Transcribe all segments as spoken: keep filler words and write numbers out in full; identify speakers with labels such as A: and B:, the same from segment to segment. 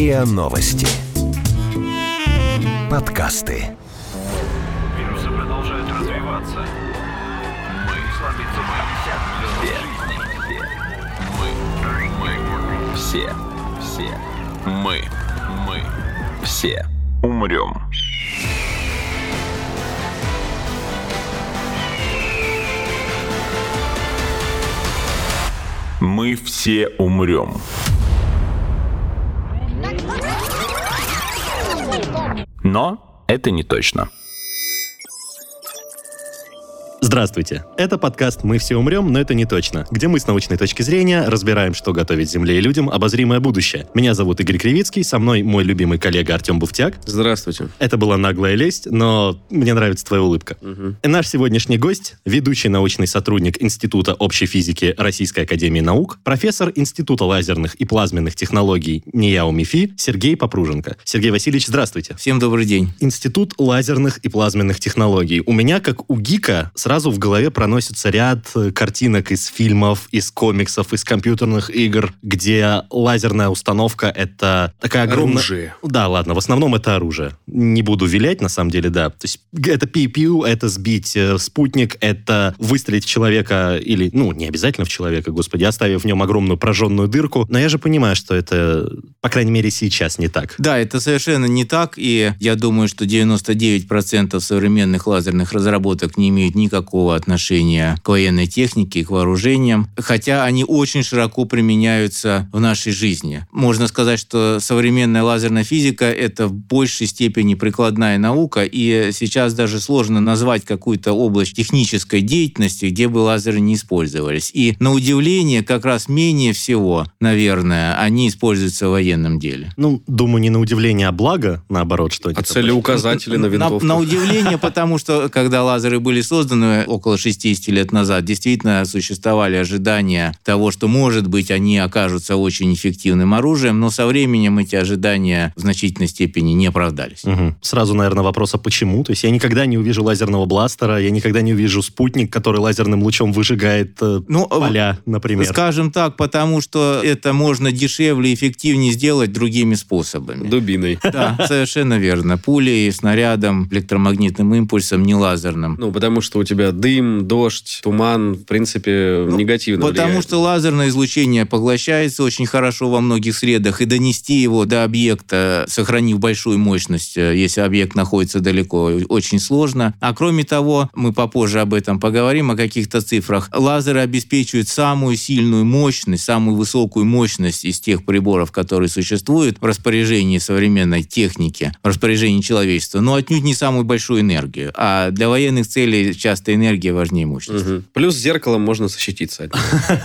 A: РИА Новости. Подкасты.
B: Вирусы продолжают развиваться. Мы слабится мы. Все. Все. Мы. Мы. Все умрем. Мы все умрем. Но это не точно.
C: Здравствуйте. Это подкаст «Мы все умрем, но это не точно», где мы с научной точки зрения разбираем, что готовит Земле и людям обозримое будущее. Меня зовут Игорь Кривицкий, со мной мой любимый коллега Артем Буфтяк.
D: Здравствуйте.
C: Это была наглая лесть, но мне нравится твоя улыбка.
D: Угу.
C: И наш сегодняшний гость – ведущий научный сотрудник Института общей физики Российской академии наук, профессор Института лазерных и плазменных технологий НИЯО МИФИ Сергей Попруженко. Сергей Васильевич, здравствуйте.
E: Всем добрый день.
C: Институт лазерных и плазменных технологий. У меня, как у гика, сразу в голове проносится ряд картинок из фильмов, из комиксов, из компьютерных игр, где лазерная установка — это такая огромная...
D: Оружие.
C: Да, ладно, в основном это оружие. Не буду вилять, на самом деле, да. То есть это пи-пиу, это сбить э, спутник, это выстрелить в человека или, ну, не обязательно в человека, господи, оставив в нем огромную прожженную дырку. Но я же понимаю, что это, по крайней мере, сейчас не так.
E: Да, это совершенно не так, и я думаю, что девяносто девять процентов современных лазерных разработок не имеют никакого отношения к военной технике, к вооружениям, хотя они очень широко применяются в нашей жизни. Можно сказать, что современная лазерная физика — это в большей степени прикладная наука, и сейчас даже сложно назвать какую-то область технической деятельности, где бы лазеры не использовались. И, на удивление, как раз менее всего, наверное, они используются в военном деле.
C: Ну, думаю, не на удивление, а благо, наоборот, что
D: А целеуказатели на винтовках?
E: На, на удивление, потому что, когда лазеры были созданы около шестьдесят лет назад, действительно существовали ожидания того, что, может быть, они окажутся очень эффективным оружием, но со временем эти ожидания в значительной степени не оправдались.
C: Угу. Сразу, наверное, вопрос, а почему? То есть я никогда не увижу лазерного бластера, я никогда не увижу спутник, который лазерным лучом выжигает э,
E: ну,
C: поля, например.
E: Скажем так, потому что это можно дешевле и эффективнее сделать другими способами.
D: Дубиной.
E: Да, совершенно верно. Пулей, снарядом, электромагнитным импульсом, не лазерным.
D: Ну, потому что у тебя дым, дождь, туман, в принципе, ну, негативно
E: Потому
D: влияет.
E: что лазерное излучение поглощается очень хорошо во многих средах, и донести его до объекта, сохранив большую мощность, если объект находится далеко, очень сложно. А кроме того, мы попозже об этом поговорим, о каких-то цифрах. Лазеры обеспечивают самую сильную мощность, самую высокую мощность из тех приборов, которые существуют в распоряжении современной техники, в распоряжении человечества, но отнюдь не самую большую энергию. А для военных целей часто энергия важнее мощности.
D: Угу. Плюс зеркалом можно защититься от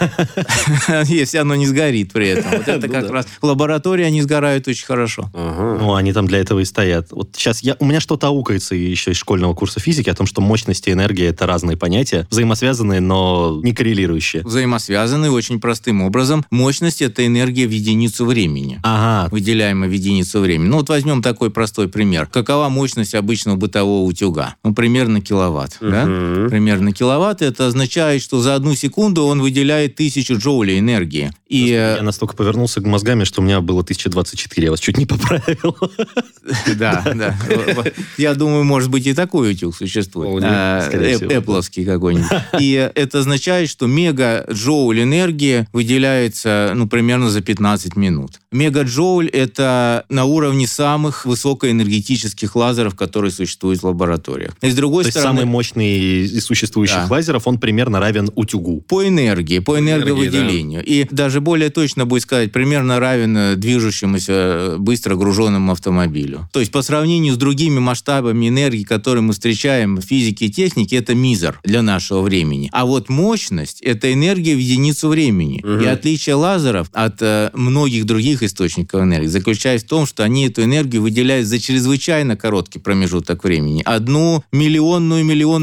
D: него.
E: Если оно не сгорит при этом. Вот это как раз в лаборатории они сгорают очень хорошо.
C: Ну, они там для этого и стоят. Вот сейчас я, у меня что-то аукается еще из школьного курса физики о том, что мощность и энергия — это разные понятия, взаимосвязанные, но не коррелирующие.
E: Взаимосвязаны очень простым образом. Мощность — это энергия в единицу времени.
C: Ага.
E: Выделяемая в единицу времени. Ну, вот возьмем такой простой пример. Какова мощность обычного бытового утюга? Ну, примерно киловатт.
D: Угу.
E: Да? Примерно киловатт. Это означает, что за одну секунду он выделяет тысячу джоулей энергии. И...
C: Я настолько повернулся к мозгами, что у меня было тысяча двадцать четыре. Я вас чуть не поправил.
E: Да, да. Я думаю, может быть, и такой утюг существует. Эппловский какой-нибудь. И это означает, что мегаджоуль энергии выделяется, ну, примерно за пятнадцать минут. Мегаджоуль — это на уровне самых высокоэнергетических лазеров, которые существуют в лабораториях. И с другой
C: То
E: стороны...
C: есть самый мощный из существующих
E: Да.
C: лазеров, он примерно равен утюгу.
E: По энергии, по энерговыделению.
D: Энергии,
E: И даже более точно будет сказать, примерно равен движущемуся быстро груженному автомобилю. То есть по сравнению с другими масштабами энергии, которые мы встречаем в физике и технике, это мизер для нашего времени. А вот мощность — это энергия в единицу времени.
D: Угу.
E: И отличие лазеров от э, многих других источников энергии заключается в том, что они эту энергию выделяют за чрезвычайно короткий промежуток времени. Одну миллионную миллионную секунду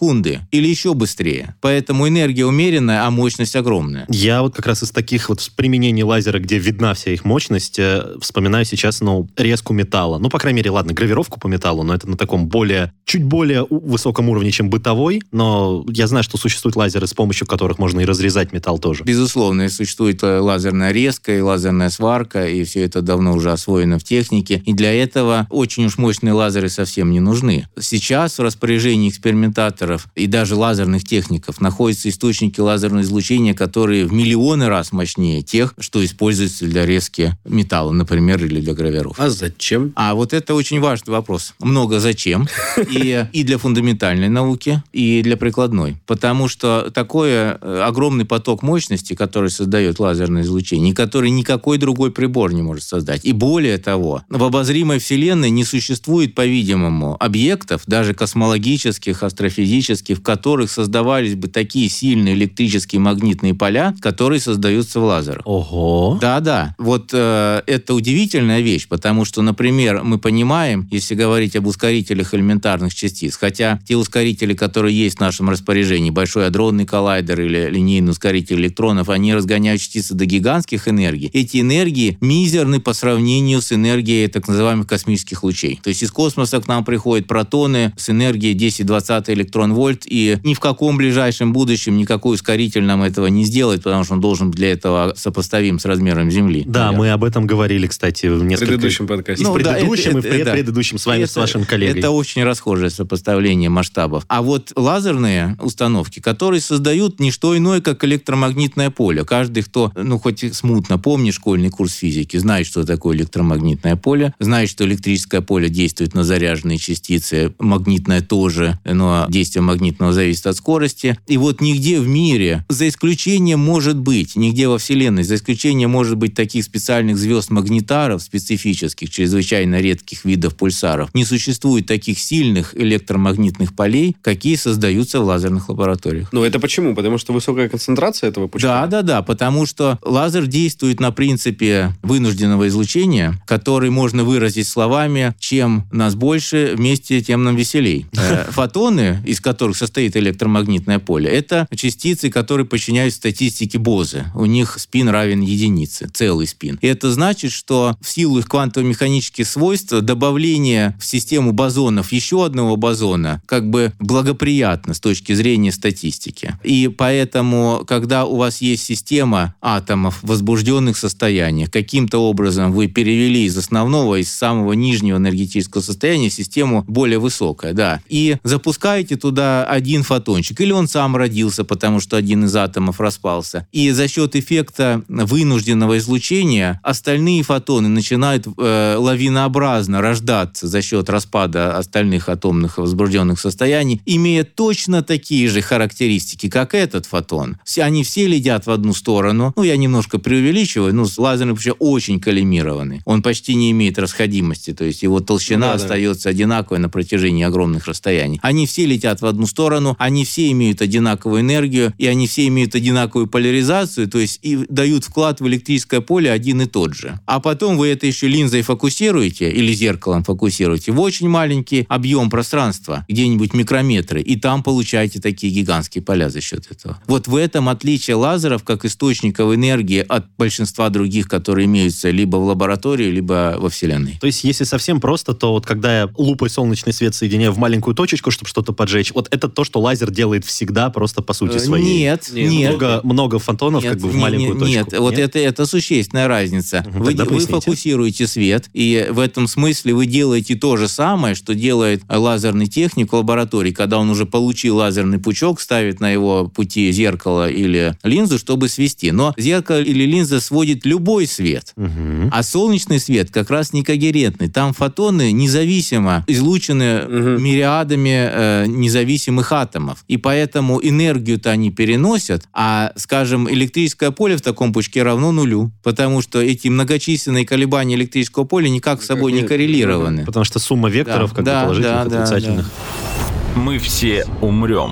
E: секунды или еще быстрее. Поэтому энергия умеренная, а мощность огромная.
C: Я вот как раз из таких вот применений лазера, где видна вся их мощность, э, вспоминаю сейчас, ну, резку металла. Ну, по крайней мере, ладно, гравировку по металлу, но это на таком более, чуть более высоком уровне, чем бытовой, но я знаю, что существуют лазеры, с помощью которых можно и разрезать металл тоже.
E: Безусловно, существует лазерная резка и лазерная сварка, и все это давно уже освоено в технике. И для этого очень уж мощные лазеры совсем не нужны. Сейчас в распоряжении экспериментаторов и даже лазерных техников находятся источники лазерного излучения, которые в миллионы раз мощнее тех, что используются для резки металла, например, или для гравировки.
D: А зачем?
E: А вот это очень важный вопрос. Много зачем. И, и для фундаментальной науки, и для прикладной. Потому что такой огромный поток мощности, который создает лазерное излучение, который никакой другой прибор не может создать. И более того, в обозримой Вселенной не существует, по-видимому, объектов, даже космологических, астрофизических, в которых создавались бы такие сильные электрические магнитные поля, которые создаются в лазерах.
C: Ого!
E: Да-да. Вот э, это удивительная вещь, потому что, например, мы понимаем, если говорить об ускорителях элементарных частиц, хотя те ускорители, которые есть в нашем распоряжении, Большой адронный коллайдер или линейный ускоритель электронов, они разгоняют частицы до гигантских энергий. Эти энергии мизерны по сравнению с энергией так называемых космических лучей. То есть из космоса к нам приходят протоны с энергией десять-двадцать электрон-вольт, и ни в каком ближайшем будущем никакой ускоритель нам этого не сделает, потому что он должен для этого сопоставим с размером Земли.
C: Да, наверное. Мы об этом говорили, кстати, в несколько...
D: В предыдущем подкасте.
C: И в предыдущем,
E: ну,
C: да,
E: и в
C: это, предыдущем
E: да.
C: с вами,
E: это,
C: с вашим коллегой.
E: Это очень расхожее сопоставление масштабов. А вот лазерные установки, которые создают не что иное, как электромагнитное поле. Каждый, кто, ну, хоть смутно помнит школьный курс физики, знает, что такое электромагнитное поле, знает, что электрическое поле действует на заряженные частицы, магнитное тоже, но действие магнитного зависит от скорости. И вот нигде в мире, за исключением может быть, нигде во Вселенной, за исключением может быть таких специальных звезд-магнитаров, специфических, чрезвычайно редких видов пульсаров, не существует таких сильных электромагнитных полей, какие создаются в лазерных лабораториях.
D: Ну, это почему? Потому что высокая концентрация этого пучка?
E: Да, да, да, потому что лазер действует на принципе вынужденного излучения, который можно выразить словами: чем нас больше, вместе тем нам веселей. Фотоны, из которых состоит электромагнитное поле, это частицы, которые подчиняются статистике Боза. У них спин равен единице, целый спин. И это значит, что в силу их квантово-механических свойств добавление в систему бозонов еще одного бозона как бы благоприятно с точки зрения статистики. И поэтому, когда у вас есть система атомов в возбужденных состояниях, каким-то образом вы перевели из основного, из самого нижнего энергетического состояния в систему более высокое, да, и запускаете туда один фотончик, или он сам родился, потому что один из атомов распался, и за счет эффекта вынужденного излучения остальные фотоны начинают э, лавинообразно рождаться за счет распада остальных атомных возбужденных состояний, имея точно такие же характеристики, как этот фотон. Они все летят в одну сторону. Ну, я немножко преувеличиваю, но лазерный вообще очень коллимированный. Он почти не имеет расходимости, то есть его толщина да, остается да. одинаковой на протяжении огромных расстояний. Они все летят в одну сторону, они все имеют одинаковую энергию, и они все имеют одинаковую поляризацию, то есть и дают вклад в электрическое поле один и тот же. А потом вы это еще линзой фокусируете или зеркалом фокусируете в очень маленький объем пространства, где-нибудь микрометры, и там получаете такие гигантские поля за счет этого. Вот в этом отличие лазеров как источников энергии от большинства других, которые имеются либо в лаборатории, либо во Вселенной.
C: То есть, если совсем просто, то вот когда я лупой солнечный свет соединяю в маленькую точечку, чтобы что-то поджечь, вот это то, что лазер делает всегда, просто по сути своей.
E: Нет, нет. нет.
C: Много, много фотонов нет, как бы в маленькую
E: нет,
C: точку.
E: Нет, нет, вот это, это существенная разница. Угу, вы, вы фокусируете свет, и в этом смысле вы делаете то же самое, что делает лазерный техник в лаборатории, когда он уже получил лазерный пучок, ставит на его пути зеркало или линзу, чтобы свести. Но зеркало или линза сводит любой свет. Угу. А солнечный свет как раз не когерентный. Там фотоны независимо излучены угу. мириадами э, независимых атомов. И поэтому энергию-то они переносят, а, скажем, электрическое поле в таком пучке равно нулю. Потому что эти многочисленные колебания электрического поля никак с собой не коррелированы.
C: Потому что сумма векторов, да, как
E: да,
C: бы положительных,
E: да,
C: отрицательных.
B: Да. Мы все умрем.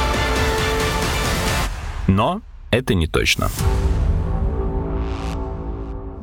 B: Но это не точно.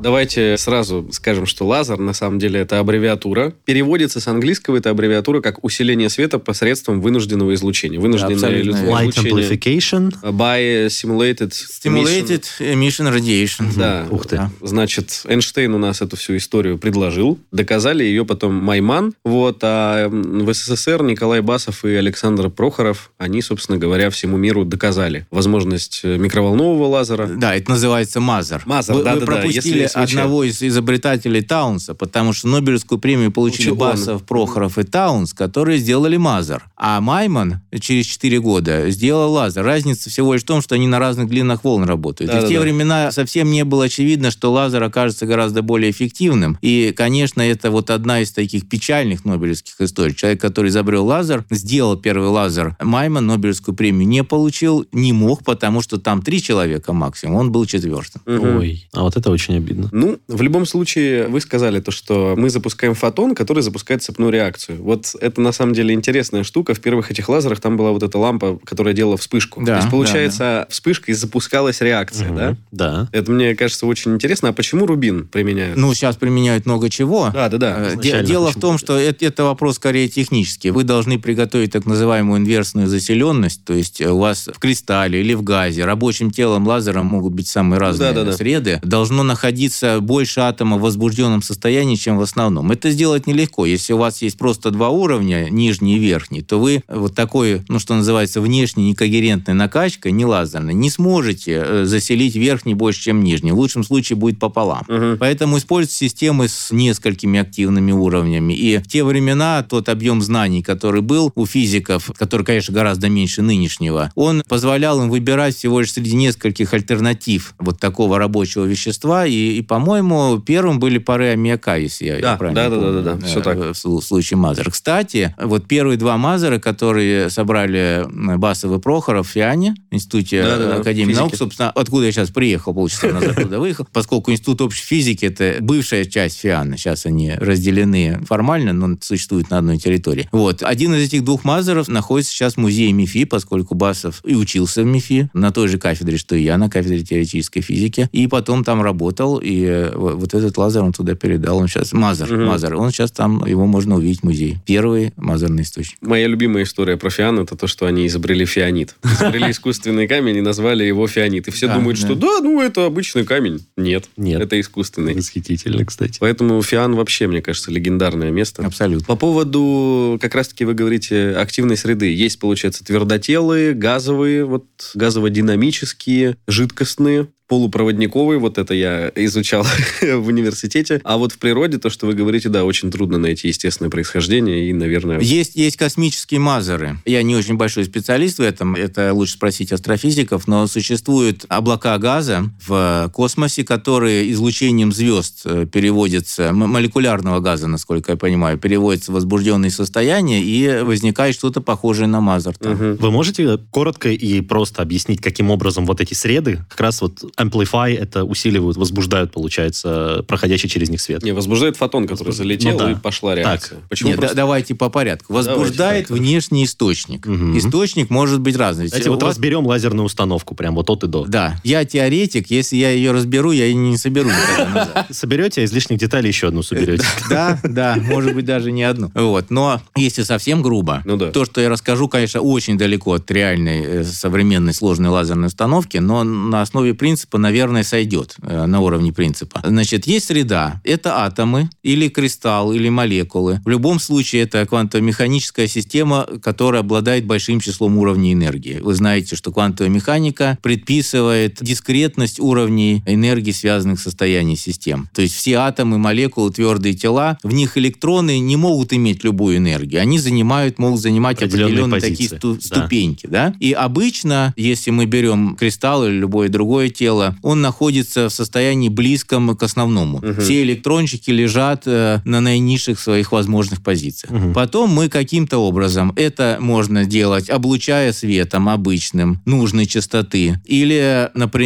D: Давайте сразу скажем, что лазер, на самом деле, это аббревиатура. Переводится с английского эта аббревиатура как усиление света посредством вынужденного излучения. Вынужденное
E: Да,
D: излучение.
C: Light amplification.
D: By simulated...
E: Stimulated emission radiation.
D: Да.
C: Ух ты.
E: Да.
D: Значит, Эйнштейн у нас эту всю историю предложил. Доказали ее потом Майман. Вот. А в СССР Николай Басов и Александр Прохоров, они, собственно говоря, всему миру доказали возможность микроволнового лазера.
E: Да, это называется мазер.
D: Мазер,
E: вы,
D: да,
E: вы
D: да, да,
E: пропустили
D: если случайно.
E: одного из изобретателей Таунса, потому что Нобелевскую премию получили
D: Получил он.
E: Басов, Прохоров и Таунс, которые сделали мазер. А Майман через четыре года сделал лазер. Разница всего лишь в том, что они на разных длинах волн работают.
D: Да,
E: и в
D: да,
E: те
D: да.
E: времена совсем не было очевидно, что лазер окажется гораздо более эффективным. И, конечно, это вот одна из таких печальных нобелевских историй. Человек, который изобрел лазер, сделал первый лазер. Майман Нобелевскую премию не получил, не мог, потому что там три человека максимум. Он был четвертым.
D: Мгм.
C: Ой, а вот это очень обидно.
D: Ну, в любом случае, вы сказали то, что мы запускаем фотон, который запускает цепную реакцию. Вот это, на самом деле, интересная штука. В первых этих лазерах там была вот эта лампа, которая делала вспышку.
E: Да,
D: То есть, получается,
E: да,
D: вспышкой запускалась реакция,
C: Мгм.
D: да?
C: Да.
D: Это, мне кажется, очень интересно. А почему рубин применяют?
E: Ну, сейчас применяют много чего.
D: Да, да, да.
E: Э, де-
C: изначально
E: Дело в
C: почему-то,
E: том,
C: да.
E: что это, это вопрос скорее технический. Вы должны приготовить так называемую инверсную заселенность, то есть у вас в кристалле или в газе рабочим телом лазера могут быть самые разные
D: Да-да-да.
E: среды. Должно находиться больше атомов в возбужденном состоянии, чем в основном. Это сделать нелегко. Если у вас есть просто два уровня, нижний и верхний, то вы вот такой, ну, что называется, внешней некогерентной накачкой, не лазерной, не сможете э, заселить верхний больше, чем нижний. В лучшем случае будет пополам.
D: Мгм.
E: Поэтому используются системы с несколькими активными уровнями. И в те времена тот объем знаний, который был у физиков, который, конечно, гораздо меньше нынешнего, он позволял им выбирать всего лишь среди нескольких альтернатив вот такого рабочего вещества. И, и по-моему, первым были пары аммиака, если я,
D: Да,
E: я правильно
D: да, да,
E: помню,
D: да, да, да, всё так.
E: в слу- случае мазер. Кстати, вот первые два мазера, которые собрали Басов и Прохоров в ФИАНе, Институте
D: Да, да, да,
E: Академии
D: физики.
E: наук, собственно, откуда я сейчас приехал, полчаса назад туда выехал, поскольку Институт общей физики — это бывшая часть ФИАНа, сейчас они разделены формально, но существуют на одной территории. Вот. Один из этих двух мазеров находится сейчас в музее МИФИ, поскольку Басов и учился в МИФИ, на той же кафедре, что и я, на кафедре теоретической физики, и потом там работал, и э, вот этот лазер он туда передал. Он сейчас мазер,
D: Мгм.
E: мазер. Он сейчас там, его можно увидеть в музее. Первый мазерный источник.
D: Моя любимая история про фиан — это то, что они изобрели фианит. Изобрели искусственный камень и назвали его фианит. И все
E: Да,
D: думают,
E: да.
D: что да, ну это обычный камень. Нет,
C: Нет.
D: это искусственный.
C: Восхитительно, кстати.
D: Поэтому фиан вообще, мне кажется, легендарное место.
E: Абсолютно.
D: По поводу, как раз-таки вы говорите, активной среды. Есть, получается, твердотелые, газовые, вот газово-динамические, жидкостные, полупроводниковые. Вот это я изучал в университете. А вот в природе, то, что вы говорите, да, очень трудно найти естественное происхождение. И, наверное...
E: Есть, есть космические мазеры. Я не очень большой специалист в этом, это лучше спросить астрофизиков, но существуют облака газа в космосе, которые излучением звезд э, переводятся, м- молекулярного газа, насколько я понимаю, переводятся в возбужденные состояния, и возникает что-то похожее на мазер там.
D: Мгм.
C: Вы можете коротко и просто объяснить, каким образом вот эти среды, как раз вот amplify, это усиливают, возбуждают, получается, проходящий через них свет?
D: Не, возбуждает фотон, который
C: Возбуждает.
D: залетел,
C: Ну да.
D: и пошла реакция.
C: Так.
D: Почему
E: Нет,
D: просто...
E: да- давайте по порядку. Возбуждает
D: Давайте, так,
E: внешний источник.
C: Мгм.
E: Источник может быть разный.
C: Давайте вот
E: У вас-
C: разберем лазерную установку, прям вот от и до.
E: Да. Я теоретик, если я ее разберу, я ее не соберу никогда назад.
C: Соберете, а из лишних деталей еще одну соберете.
E: Да, да, может быть, даже не одну. Вот. Но если совсем грубо,
D: Ну да.
E: то, что я расскажу, конечно, очень далеко от реальной э, современной сложной лазерной установки, но на основе принципа, наверное, сойдет, э, на уровне принципа. Значит, есть среда. Это атомы или кристалл, или молекулы. В любом случае, это квантово-механическая система, которая обладает большим числом уровней энергии. Вы знаете, что квантовая механика предписывает дискретность уровней энергии, связанных с состоянием систем. То есть все атомы, молекулы, твердые тела, в них электроны не могут иметь любую энергию. Они занимают, могут занимать
C: Определенные
E: определенные такие
C: позиции.
E: сту-
C: Да.
E: ступеньки. Да? И обычно, если мы берем кристалл или любое другое тело, он находится в состоянии близком к основному.
D: Мгм.
E: Все электрончики лежат э, на наинизших своих возможных позициях.
C: Мгм.
E: Потом мы каким-то образом, это можно делать, облучая светом обычным, нужной частоты. Или, например,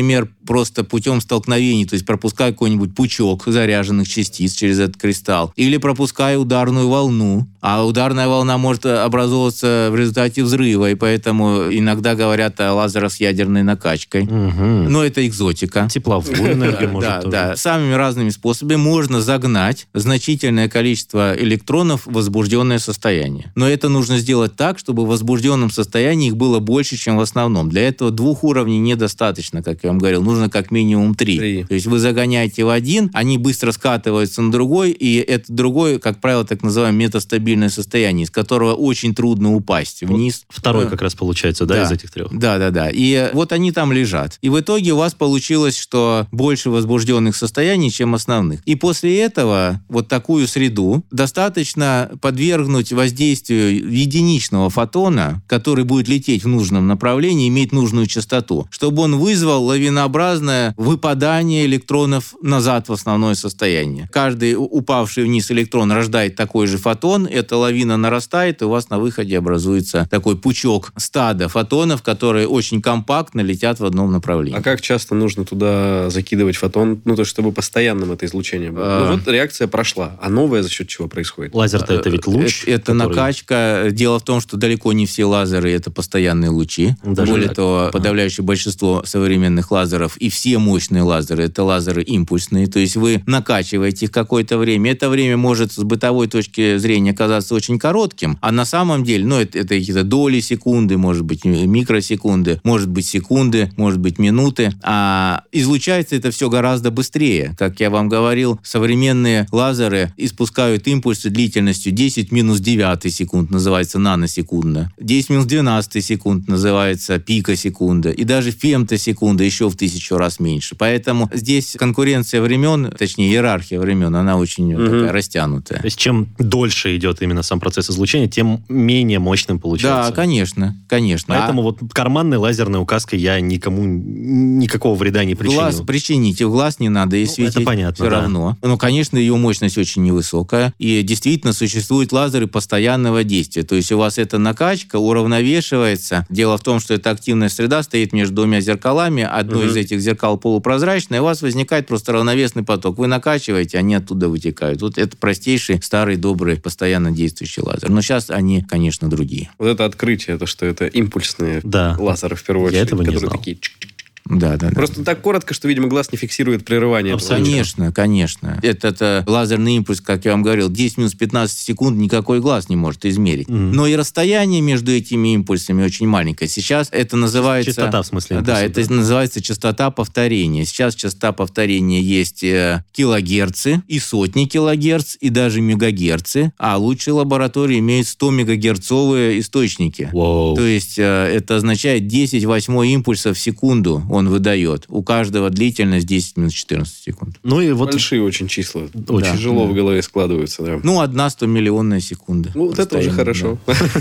E: просто путем столкновений, то есть пропуская какой-нибудь пучок заряженных частиц через этот кристалл, или пропуская ударную волну. А ударная волна может образовываться в результате взрыва, и поэтому иногда говорят о лазерах с ядерной накачкой.
C: Угу.
E: Но это экзотика.
C: Тепловую энергию может
E: Да,
C: тоже.
E: да. Самыми разными способами можно загнать значительное количество электронов в возбужденное состояние. Но это нужно сделать так, чтобы в возбужденном состоянии их было больше, чем в основном. Для этого двух уровней недостаточно, как я вам говорил. Нужно как минимум три.
D: Три.
E: То есть вы загоняете в один, они быстро скатываются на другой, и это другой, как правило, так называемое метастабильное состояние, из которого очень трудно упасть вниз.
C: Второй как раз получается, да,
E: Да.
C: из этих трех?
E: Да, да, да. И вот они там лежат. И в итоге у вас получилось, что больше возбужденных состояний, чем основных. И после этого вот такую среду достаточно подвергнуть воздействию единичного фотона, который будет лететь в нужном направлении, иметь нужную частоту, чтобы он вызвал лавинообразное выпадание электронов назад в основное состояние. Каждый упавший вниз электрон рождает такой же фотон, эта лавина нарастает, и у вас на выходе образуется такой пучок стада фотонов, которые очень компактно летят в одном направлении.
D: А как часто нужно туда закидывать фотон? Ну, то есть, чтобы постоянным это излучение было.
E: А...
D: Ну, вот реакция прошла. А новая за счет чего происходит?
C: Лазер-то это ведь луч.
E: Это, это
C: который...
E: накачка. Дело в том, что далеко не все лазеры это постоянные лучи.
C: Даже
E: Более
C: так?
E: того,
C: Ага.
E: подавляющее большинство современных лазеров и все мощные лазеры это лазеры импульсные. То есть вы накачиваете их какое-то время. Это время может с бытовой точки зрения казаться очень коротким, а на самом деле, ну, это, это какие-то доли секунды, может быть, микросекунды, может быть, секунды, может быть, минуты. А излучается это все гораздо быстрее. Как я вам говорил, современные лазеры испускают импульсы длительностью десять минус девять секунд, называется наносекунда. десять минус двенадцать секунд называется пикосекунда. И даже фемтосекунда еще в тысячу раз меньше. Поэтому здесь конкуренция времен, точнее, иерархия времен, она очень
D: Угу.
E: такая растянутая.
C: То есть чем дольше идет именно сам процесс излучения, тем менее мощным получается.
E: Да, конечно, конечно.
C: Поэтому
E: А
C: вот карманной лазерной указкой я никому никакого вреда не причиню.
E: глаз причините, в глаз не надо и
C: Ну,
E: светить
C: это понятно,
E: все
C: да.
E: равно. Но, конечно, ее мощность очень невысокая. И действительно существуют лазеры постоянного действия. То есть у вас эта накачка уравновешивается. Дело в том, что эта активная среда стоит между двумя зеркалами. Одно
D: Угу.
E: из этих зеркал полупрозрачное, и у вас возникает просто равновесный поток. Вы накачиваете, они оттуда вытекают. Вот это простейший, старый, добрый, постоянно действующий лазер. Но сейчас они, конечно, другие.
D: Вот это открытие, то, что это импульсные
C: Да.
D: лазеры, в первую
C: Я
D: очередь,
C: этого не
D: которые
C: знал.
D: такие... чик-чик.
E: Да, да, да.
D: Просто так коротко, что, видимо, глаз не фиксирует прерывание.
C: Абсолютно.
E: Конечно, конечно. Этот э, лазерный импульс, как я вам говорил, десять минус пятнадцать секунд никакой глаз не может измерить.
C: Мгм.
E: Но и расстояние между этими импульсами очень маленькое. Сейчас это называется...
C: Частота, в смысле,
E: Да,
C: импульса,
E: это называется частота повторения. Сейчас частота повторения есть э, килогерцы, и сотни килогерц, и даже мегагерцы. А лучшие лаборатории имеют сто мегагерцовые источники.
C: Воу.
E: То есть э, это означает десять восьмой импульсов в секунду он выдает. У каждого длительность десять минус четырнадцать секунд.
C: Ну и вот
D: Большие очень числа.
C: Очень,
D: Тяжело
E: да.
D: в голове складываются, да.
E: Ну, одна стомиллионная секунда.
D: Ну, вот это уже
E: Постоянно,
D: хорошо.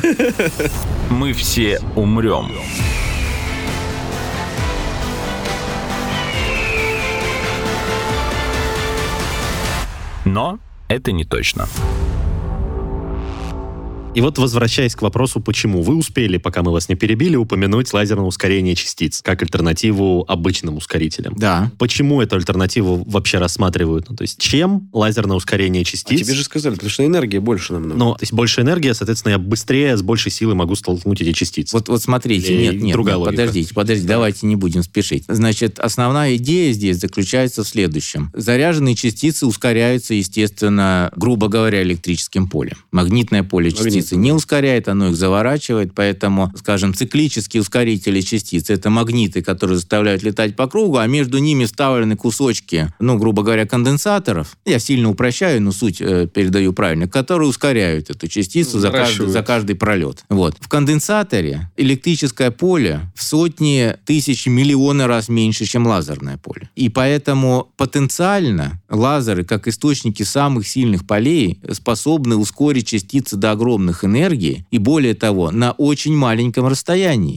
B: Мы все умрем. Но это не точно.
C: И вот, возвращаясь к вопросу, почему вы успели, пока мы вас не перебили, упомянуть лазерное ускорение частиц как альтернативу обычным ускорителям.
E: Да.
C: Почему эту альтернативу вообще рассматривают? Ну, то есть, чем лазерное ускорение
D: А
C: частиц?
D: тебе же сказали, потому что энергии больше намного.
C: Ну, то есть, больше энергии, соответственно, я быстрее, с большей силой могу столкнуть эти частицы.
E: Вот, вот смотрите,
C: Или
E: нет, нет,
C: другая
E: нет,
C: логика?
E: подождите, подождите, давайте не будем спешить. Значит, основная идея здесь заключается в следующем. Заряженные частицы ускоряются, естественно, грубо говоря, электрическим полем. Магнитное поле частицы не ускоряет, оно их заворачивает, поэтому, скажем, циклические ускорители частиц — это магниты, которые заставляют летать по кругу, а между ними вставлены кусочки, ну, грубо говоря, конденсаторов. Я сильно упрощаю, но суть э, передаю правильно, которые ускоряют эту частицу за каждый, за каждый пролет. Вот. В конденсаторе электрическое поле в сотни тысяч миллионы раз меньше, чем лазерное поле. И поэтому потенциально лазеры, как источники самых сильных полей, способны ускорить частицы до огромных энергий, и более того, на очень маленьком расстоянии. И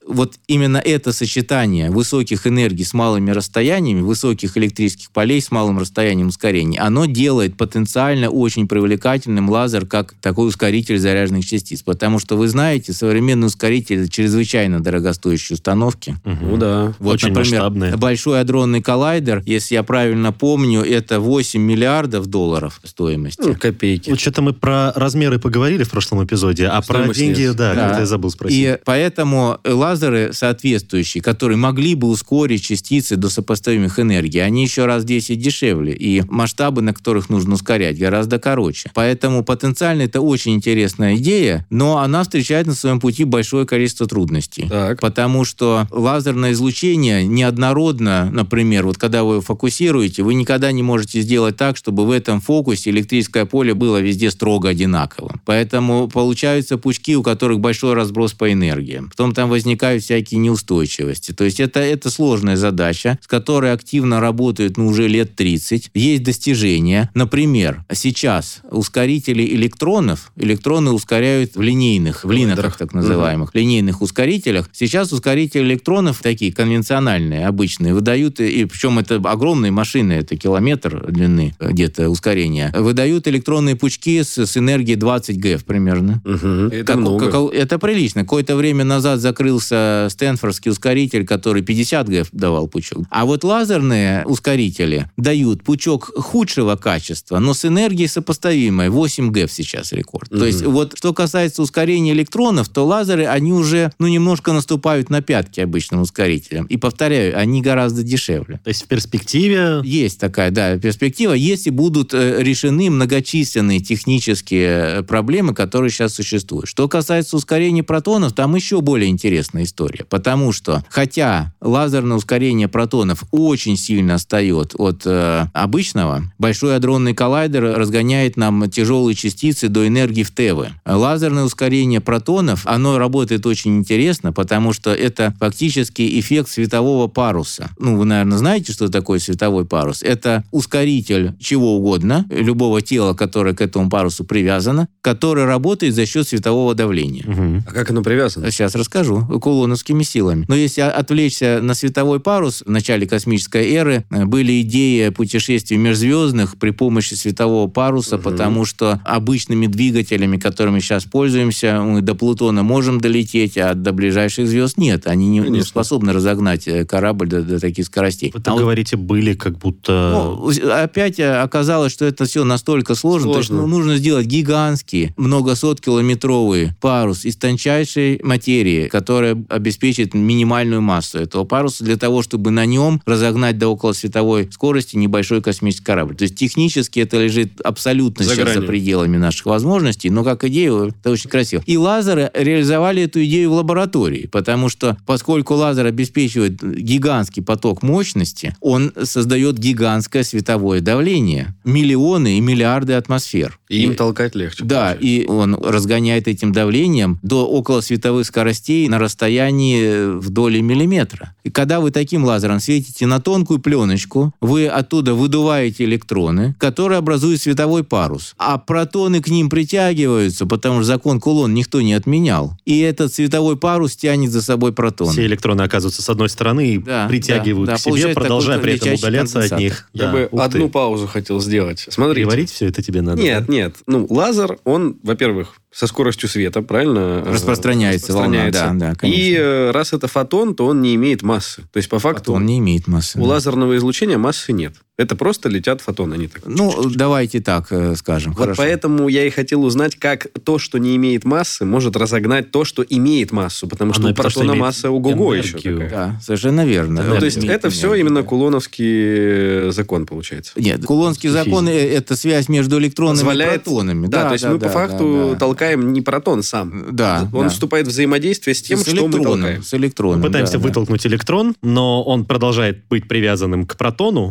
E: вот именно это сочетание высоких энергий с малыми расстояниями, высоких электрических полей с малым расстоянием ускорения, оно делает потенциально очень привлекательным лазер как такой ускоритель заряженных частиц. Потому что, вы знаете, современные ускорители чрезвычайно дорогостоящие установки.
C: Угу.
D: Ну да.
E: Вот,
C: очень
E: например,
C: масштабные.
E: Большой адронный коллайдер, если я правильно помню, это восемь миллиардов долларов стоимости.
D: Ну, копейки.
C: Вот что-то мы про размеры поговорили в прошлом эпизоде, а про
D: Стоимость
C: деньги,
D: нет.
C: да,
E: Да.
C: как-то я забыл спросить.
E: И поэтому лазеры соответствующие, которые могли бы ускорить частицы до сопоставимых энергий, они еще раз в десять дешевле, и масштабы, на которых нужно ускорять, гораздо короче. Поэтому потенциально это очень интересная идея, но она встречает на своем пути большое количество трудностей.
D: Так.
E: Потому что лазерное излучение неоднородно, например, вот когда вы фокусируете, вы никогда не можете сделать так, чтобы в этом фокусе электрическое поле было везде строго одинаковым. Поэтому получаются пучки, у которых большой разброс по энергиям. Потом там возникают всякие неустойчивости. То есть это, это сложная задача, с которой активно работают ну, уже лет тридцать. Есть достижения. Например, сейчас ускорители электронов, электроны ускоряют в линейных, в линоках так называемых, угу. линейных ускорителях. Сейчас ускорители электронов, такие конвенциональные, обычные, выдают, и причем это огромные машины, это километр длины где-то ускорения, выдают электронные пучки с, с энергией двадцать гэв примерно.
D: Угу. Это
E: как,
D: много.
E: Как, это прилично. Какое-то время назад закрылся Стэнфордский ускоритель, который пятьдесят гэв давал пучок. А вот лазерные ускорители дают пучок худшего качества, но с энергией сопоставимой. восемь гэв сейчас рекорд. Угу. То есть вот что касается ускорения электронов, то лазеры, они уже ну, немножко наступают на пятки обычным ускорителям. И повторяю, они гораздо дешевле.
C: То есть в перспективе...
E: Есть такая, да, перспектива, если будут решены многочисленные технические проблемы, которые сейчас существуют. Что касается ускорения протонов, там еще более интересная история. Потому что, хотя лазерное ускорение протонов очень сильно отстает от э, обычного, Большой адронный коллайдер разгоняет нам тяжелые частицы до энергии в ТeV. Лазерное ускорение протонов, оно работает очень интересно, потому что это фактически эффект светового паруса. Ну, вы, наверное, знаете, что такое световой парус. Это ускоритель чего угодно, любого тела, которое к этому парусу привязано, который работает за счет светового давления.
C: Угу.
D: А как оно привязано?
E: Сейчас расскажу. Кулоновскими силами. Но если отвлечься на световой парус, в начале космической эры были идеи путешествий межзвездных при помощи светового паруса, угу. потому что обычными двигателями, которыми сейчас пользуемся, мы до Плутона можем долететь, а до ближайших звезд нет. Они не, не способны разогнать корабль до, до таких скоростей.
C: Вы так а говорите, вот, были как будто...
E: Ну, опять оказалось, что это все настолько сложно.
D: Сложно.
E: То есть, ну, нужно сделать гигантский, многосоткилометровый парус из тончайшей материи, которая обеспечит минимальную массу этого паруса для того, чтобы на нем разогнать до околосветовой скорости небольшой космический корабль. То есть технически это лежит абсолютно за, сейчас за пределами наших возможностей, но как идея это очень красиво. И лазеры реализовали эту идею в лаборатории, потому что поскольку лазер обеспечивает гигантский поток мощности, он создает гигантское световое давление. Миллионы и миллиарды атмосфер.
D: И им толкать легче.
E: Да, получается. И он разгоняет этим давлением до околосветовых скоростей на расстоянии в доли миллиметра. И когда вы таким лазером светите на тонкую пленочку, вы оттуда выдуваете электроны, которые образуют световой парус. А протоны к ним притягиваются, потому что закон Кулон никто не отменял. И этот световой парус тянет за собой протоны.
C: Все электроны оказываются с одной стороны и да, притягивают
E: да,
C: к себе, продолжая при этом удаляться от них.
D: Я
C: да,
D: бы одну ты. паузу хотел сделать. Смотрите.
C: Говорить все это тебе надо?
D: Нет,
C: да?
D: нет. Ну, лазер, он, во-первых, со скоростью света, правильно?
E: Распространяется, распространяется. волна, да, да, конечно.
D: И раз это фотон, то он не имеет массы. То есть, по факту...
E: Фотон не имеет массы.
D: У
E: да.
D: лазерного излучения массы нет. Это просто летят фотоны, они так...
E: Ну, давайте так скажем.
D: Вот
E: хорошо.
D: Поэтому я и хотел узнать, как то, что не имеет массы, может разогнать то, что имеет массу. Потому что Она у протона масса ого-го еще такая.
E: Да, совершенно верно.
D: Ну, то есть, это все энергию, именно да. Кулоновский закон, получается.
E: Нет, Кулонский закон – это связь между электронами
D: Позволяет...
E: и протонами.
D: Да,
E: да,
D: то есть,
E: да,
D: мы
E: да,
D: по факту
E: да, да.
D: толкаем не протон сам.
E: Да,
D: Он
E: да.
D: вступает в взаимодействие с тем,
E: с
D: что мы толкаем.
E: С электроном.
C: Мы пытаемся
E: да,
C: вытолкнуть
E: да.
C: электрон, но он продолжает быть привязанным к протону, но поскольку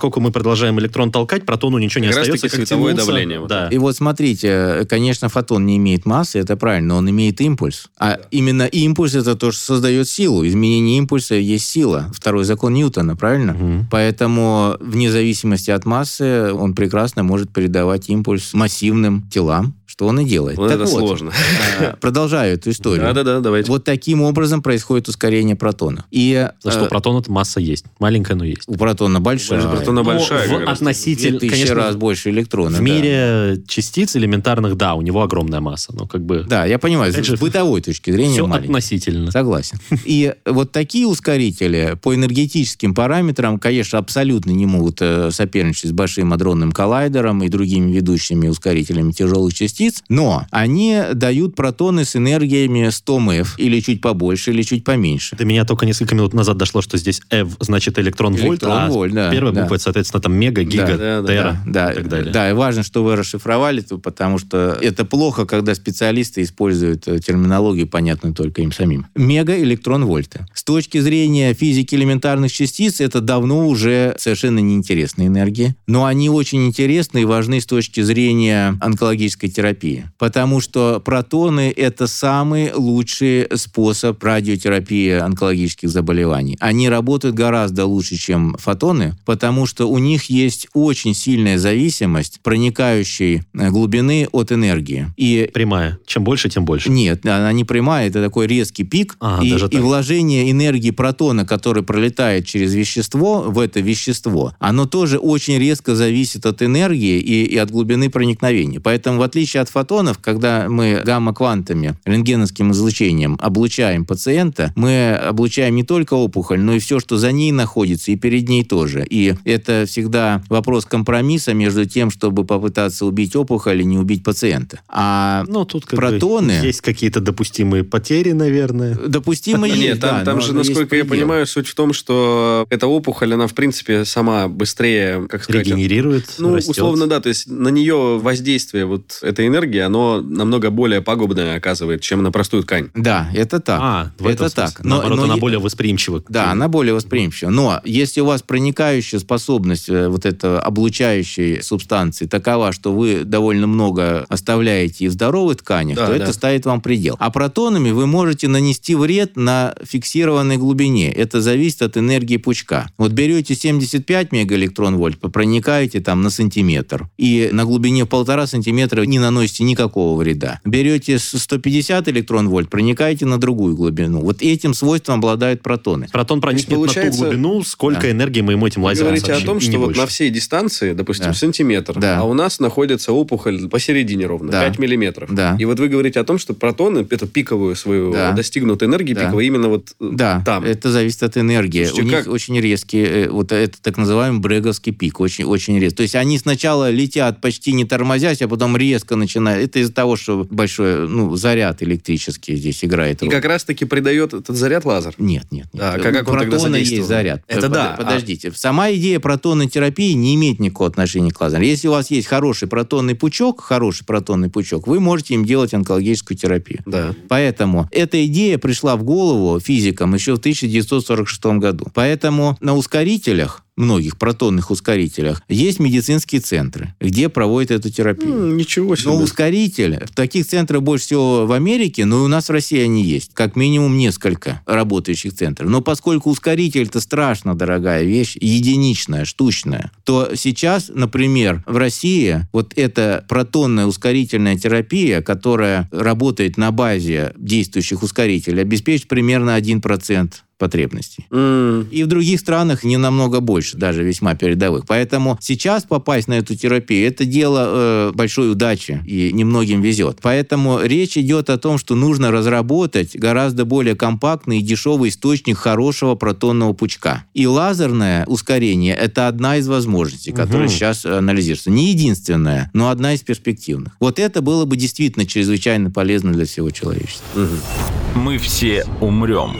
C: поскольку мы продолжаем электрон толкать, протону ничего не
D: Как
C: остается,
D: раз-таки
C: как
D: световое
C: тянуться.
D: давление, вот.
C: Да.
E: И вот смотрите, конечно, фотон не имеет массы, это правильно, но он имеет импульс. А да. именно импульс это то, что создает силу. Изменение импульса есть сила. Второй закон Ньютона, правильно?
C: Угу.
E: Поэтому вне зависимости от массы он прекрасно может передавать импульс массивным телам, что он и делает.
D: Вот
E: так
D: это
E: вот,
D: сложно.
E: Продолжаю эту историю.
D: Да-да-да, давайте.
E: Вот таким образом происходит ускорение протона. И,
C: За что протона-то масса есть. Маленькая, но есть.
E: У протона большая.
D: У протона большая.
C: Ну, в относительно,
E: тысячи
C: конечно,
E: раз больше электронов.
C: В
E: да.
C: мире частиц элементарных, да, у него огромная масса. Но как бы...
E: Да, я понимаю,
C: Опять
E: с
C: же,
E: бытовой точки зрения
C: Все
E: маленький.
C: относительно.
E: Согласен. И вот такие ускорители по энергетическим параметрам, конечно, абсолютно не могут соперничать с Большим адронным коллайдером и другими ведущими ускорителями тяжелых частиц, но они дают протоны с энергиями сто эф, или чуть побольше, или чуть поменьше.
C: До меня только несколько минут назад дошло, что здесь эв значит электрон-вольт, а
E: Электрон-вольт, да,
C: первая
E: да.
C: буква, соответственно, там мега, гига,
D: Да, да,
C: тера
E: Да,
C: и так далее.
E: да, и важно, что вы расшифровали, потому что это плохо, когда специалисты используют терминологию, понятную только им самим. Мегаэлектрон-вольты. С точки зрения физики элементарных частиц, это давно уже совершенно неинтересные энергии, но они очень интересны и важны с точки зрения онкологической терапии, потому что протоны – это самый лучший способ радиотерапии онкологических заболеваний. Они работают гораздо лучше, чем фотоны, потому что у них есть очень сильная зависимость проникающей глубины от энергии. И
C: Прямая. Чем больше, тем больше.
E: нет, она не прямая, это такой резкий пик,
C: А,
E: и,
C: даже
E: и
C: так.
E: вложение энергии протона, который пролетает через вещество, в это вещество, оно тоже очень резко зависит от энергии и, и от глубины проникновения. Поэтому, в отличие от фотонов, когда мы гамма-квантами, рентгеновским излучением облучаем пациента, мы облучаем не только опухоль, но и все, что за ней находится, и перед ней тоже. И это всегда вопрос компромисса между тем, чтобы попытаться убить опухоль и не убить пациента. А
C: Ну, тут как
E: протоны...
C: бы есть какие-то допустимые потери, наверное.
E: Допустимо есть,
D: Нет, там,
E: да,
D: там
E: но-
D: же,
E: но есть
D: насколько я
E: предел.
D: понимаю, суть в том, что эта опухоль, она, в принципе, сама быстрее, как сказать...
C: Регенерирует,
D: Ну,
C: растет.
D: условно, да. То есть на нее воздействие вот этой энергии, оно намного более пагубное оказывает, чем на простую ткань.
E: Да, это так.
C: А, в этом
E: это
C: смысле.
E: так. Но-
C: Наоборот,
E: но
C: она
E: е-
C: более восприимчива. к-
E: Да, она более восприимчива. Но если у вас проникающая способность э, вот этой облучающей субстанции такова, что вы довольно много оставляете и в здоровых тканях,
D: Да,
E: то
D: да.
E: это ставит вам предел. А протонами вы можете нанести вред на фиксированной глубине. Это зависит от энергии пучка. Вот берете семьдесят пять мегаэлектрон-вольт, проникаете там на сантиметр, и на глубине в полтора сантиметра не наносите никакого вреда. Берете с- сто пятьдесят электрон-вольт, проникаете на другую глубину. Вот этим свойством обладают протоны.
C: Протон проникнет
D: получается-
C: на ту глубину, сколько
E: Да.
C: энергии мы ему этим
D: Вы
C: лазером
D: говорите о
C: сообщим,
D: том,
C: и
D: что
C: не
D: вот
C: больше.
D: на всей дистанции, допустим,
E: Да.
D: сантиметр,
E: Да.
D: а у нас находится опухоль посередине ровно,
E: Да.
D: пять миллиметров.
E: Да.
D: И вот вы говорите о том, что протоны, эту пиковую свою
E: Да.
D: достигнут энергии
E: Да.
D: пиковой именно вот э,
E: Да,
D: там.
E: это зависит от энергии.
D: Слушайте,
E: У них
D: как-
E: очень резкий, э, вот это так называемый бреговский пик, очень, очень резкий. То есть они сначала летят почти не тормозясь, а потом резко начинают. Это из-за того, что большой ну, заряд электрический здесь играет
D: И
E: роль.
D: как раз-таки придает этот заряд лазер.
E: Нет, нет, нет.
D: Да,
E: У
D: как- как он тогда
E: протона есть
D: задействован?
E: заряд.
D: Это
E: Под-
D: да, а-
E: Подождите. Сама идея протонной терапии не имеет никакого отношения к лазеру. Если у вас есть хороший протонный пучок, хороший протонный пучок, вы можете им делать онкологическую терапию.
D: Да.
E: Поэтому эта идея пришла в голову физикам еще в тысяча девятьсот сорок шестом году. Поэтому на ускорителях, многих протонных ускорителях, есть медицинские центры, где проводят эту терапию.
D: М, Ничего себе.
E: Но ускоритель, в таких центрах больше всего в Америке, но и у нас в России они есть. Как минимум несколько работающих центров. Но поскольку ускоритель – это страшно дорогая вещь, единичная, штучная, то сейчас, например, в России вот эта протонная ускорительная терапия, которая работает на базе действующих ускорителей, обеспечит примерно один процент потребностей.
D: М,
E: И в других странах не намного больше, даже весьма передовых. Поэтому сейчас попасть на эту терапию – это дело э, большой удачи, и немногим везет. Поэтому речь идет о том, что нужно разработать гораздо более компактный и дешевый источник хорошего протонного пучка. И лазерное ускорение – это одна из возможностей, которая
C: Мгм.
E: сейчас анализируется. Не единственная, но одна из перспективных. Вот это было бы действительно чрезвычайно полезно для всего человечества.
D: мгм.
B: Мы все умрем.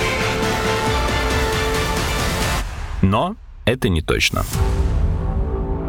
B: Но это не точно.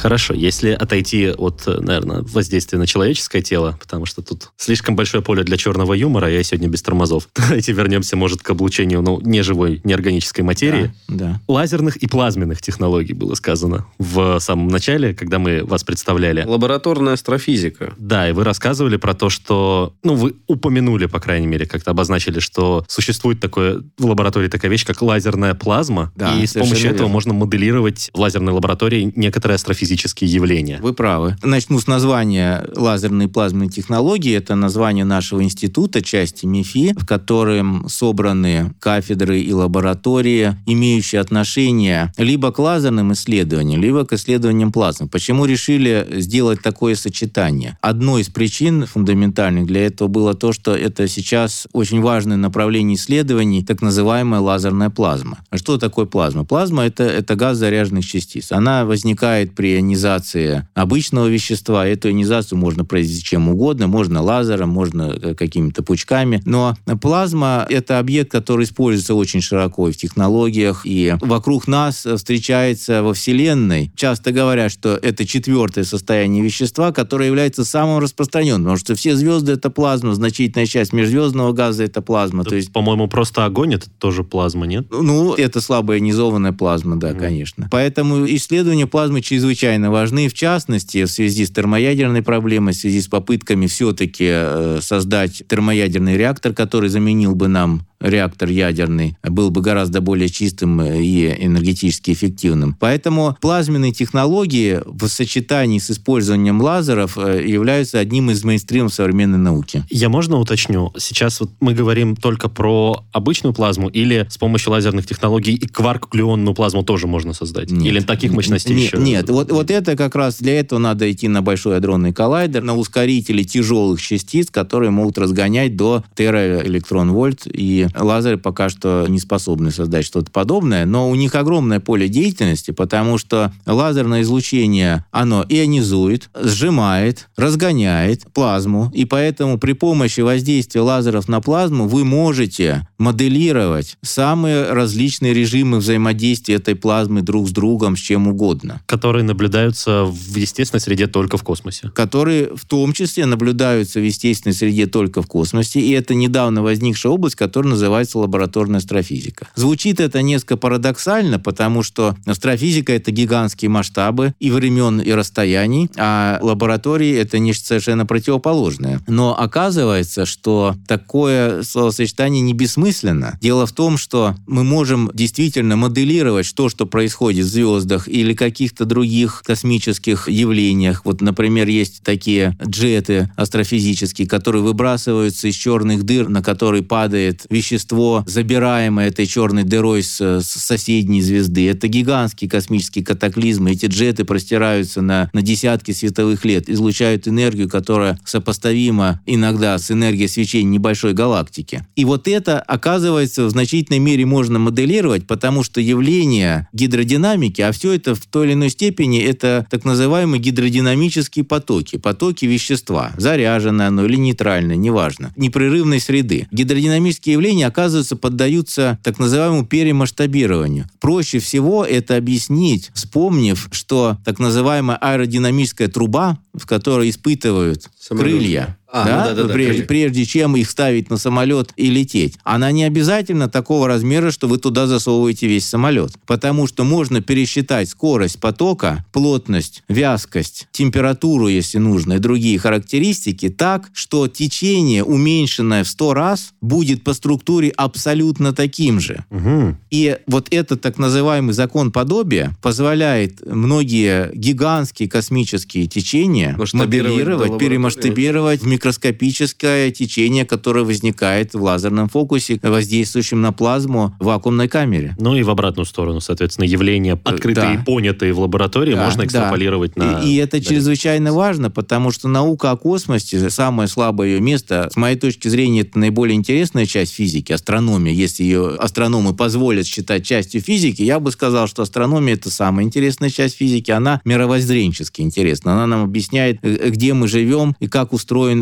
C: Хорошо, если отойти от, наверное, воздействия на человеческое тело, потому что тут слишком большое поле для черного юмора, я сегодня без тормозов. Давайте вернемся, может, к облучению, ну, неживой, неорганической материи.
E: Да, да.
C: Лазерных и плазменных технологий было сказано в самом начале, когда мы вас представляли.
D: Лабораторная астрофизика.
C: Да, и вы рассказывали про то, что... Ну, вы упомянули, по крайней мере, как-то обозначили, что существует такое в лаборатории такая вещь, как лазерная плазма,
E: да,
C: и с помощью
E: верно.
C: этого можно моделировать в лазерной лаборатории некоторые астрофизические явления.
E: Вы правы. Начну с названия лазерной и плазменной технологии. Это название нашего института, части МИФИ, в котором собраны кафедры и лаборатории, имеющие отношение либо к лазерным исследованиям, либо к исследованиям плазмы. Почему решили сделать такое сочетание? Одной из причин фундаментальных для этого было то, что это сейчас очень важное направление исследований, так называемая лазерная плазма. А что такое плазма? Плазма – это, это газ заряженных частиц. Она возникает при ионизации обычного вещества. Эту ионизацию можно произвести чем угодно. Можно лазером, можно какими-то пучками. Но плазма – это объект, который используется очень широко и в технологиях, и вокруг нас встречается во Вселенной. Часто говорят, что это четвертое состояние вещества, которое является самым распространенным, потому что все звезды – это плазма, значительная часть межзвездного газа – это плазма.
C: Это,
E: то есть,
C: по-моему, просто огонь – это тоже плазма, нет?
E: Ну, это слабо ионизованная плазма, да, mm. конечно. Поэтому исследования плазмы чрезвычайно важны, в частности, в связи с термоядерной проблемой, в связи с попытками все-таки э, создать термоядерный реактор, который заменил бы нам реактор ядерный, был бы гораздо более чистым и энергетически эффективным. Поэтому плазменные технологии в сочетании с использованием лазеров являются одним из мейнстримов современной науки.
C: Я можно уточню? Сейчас вот мы говорим только про обычную плазму или с помощью лазерных технологий и кварк-глюонную плазму тоже можно создать?
E: Нет.
C: Или таких мощностей
E: нет,
C: еще?
E: Нет, вот, вот это как раз для этого надо идти на большой адронный коллайдер, на ускорители тяжелых частиц, которые могут разгонять до тераэлектрон-вольт, и лазеры пока что не способны создать что-то подобное, но у них огромное поле деятельности, потому что лазерное излучение, оно ионизует, сжимает, разгоняет плазму, и поэтому при помощи воздействия лазеров на плазму вы можете моделировать самые различные режимы взаимодействия этой плазмы друг с другом, с чем угодно.
C: Которые наблюдаются в естественной среде только в космосе.
E: Которые в том числе наблюдаются в естественной среде только в космосе, и это недавно возникшая область, которая называется лабораторная астрофизика. Звучит это несколько парадоксально, потому что астрофизика — это гигантские масштабы и времен, и расстояний, а лаборатории — это нечто совершенно противоположное. Но оказывается, что такое словосочетание не бессмысленно. Дело в том, что мы можем действительно моделировать то, что происходит в звездах или каких-то других космических явлениях. Вот, например, есть такие джеты астрофизические, которые выбрасываются из черных дыр, на которые падает вещество, забираемое этой черной дырой с, с соседней звезды. Это гигантские космические катаклизмы. Эти джеты простираются на, на десятки световых лет, излучают энергию, которая сопоставима иногда с энергией свечения небольшой галактики. И вот это, оказывается, в значительной мере можно моделировать, потому что явления гидродинамики, а все это в той или иной степени, это так называемые гидродинамические потоки, потоки вещества, заряженное оно или нейтральное, неважно, непрерывной среды. Гидродинамические явления, оказывается, поддаются так называемому перемасштабированию. Проще всего это объяснить, вспомнив, что так называемая аэродинамическая труба, в которой испытывают
D: Самолет.
E: крылья,
D: А,
E: да?
D: ну да, да, да,
E: прежде,
D: крылья.
E: прежде чем их ставить на самолет и лететь. Она не обязательно такого размера, что вы туда засовываете весь самолет. Потому что можно пересчитать скорость потока, плотность, вязкость, температуру, если нужно, и другие характеристики так, что течение, уменьшенное в сто раз, будет по структуре абсолютно таким же.
C: Угу.
E: И вот этот так называемый закон подобия позволяет многие гигантские космические течения моделировать, перемасштабировать в микроскопическое течение, которое возникает в лазерном фокусе, воздействующем на плазму в вакуумной камере.
C: Ну и в обратную сторону, соответственно, явления, открытые
E: Да.
C: и понятые в лаборатории,
E: Да,
C: можно экстраполировать
E: да.
C: на...
E: И, и это чрезвычайно важно, потому что наука о космосе, самое слабое ее место, с моей точки зрения, это наиболее интересная часть физики, астрономия. Если ее астрономы позволят считать частью физики, я бы сказал, что астрономия — это самая интересная часть физики, она мировоззренчески интересна. Она нам объясняет, где мы живем и как устроен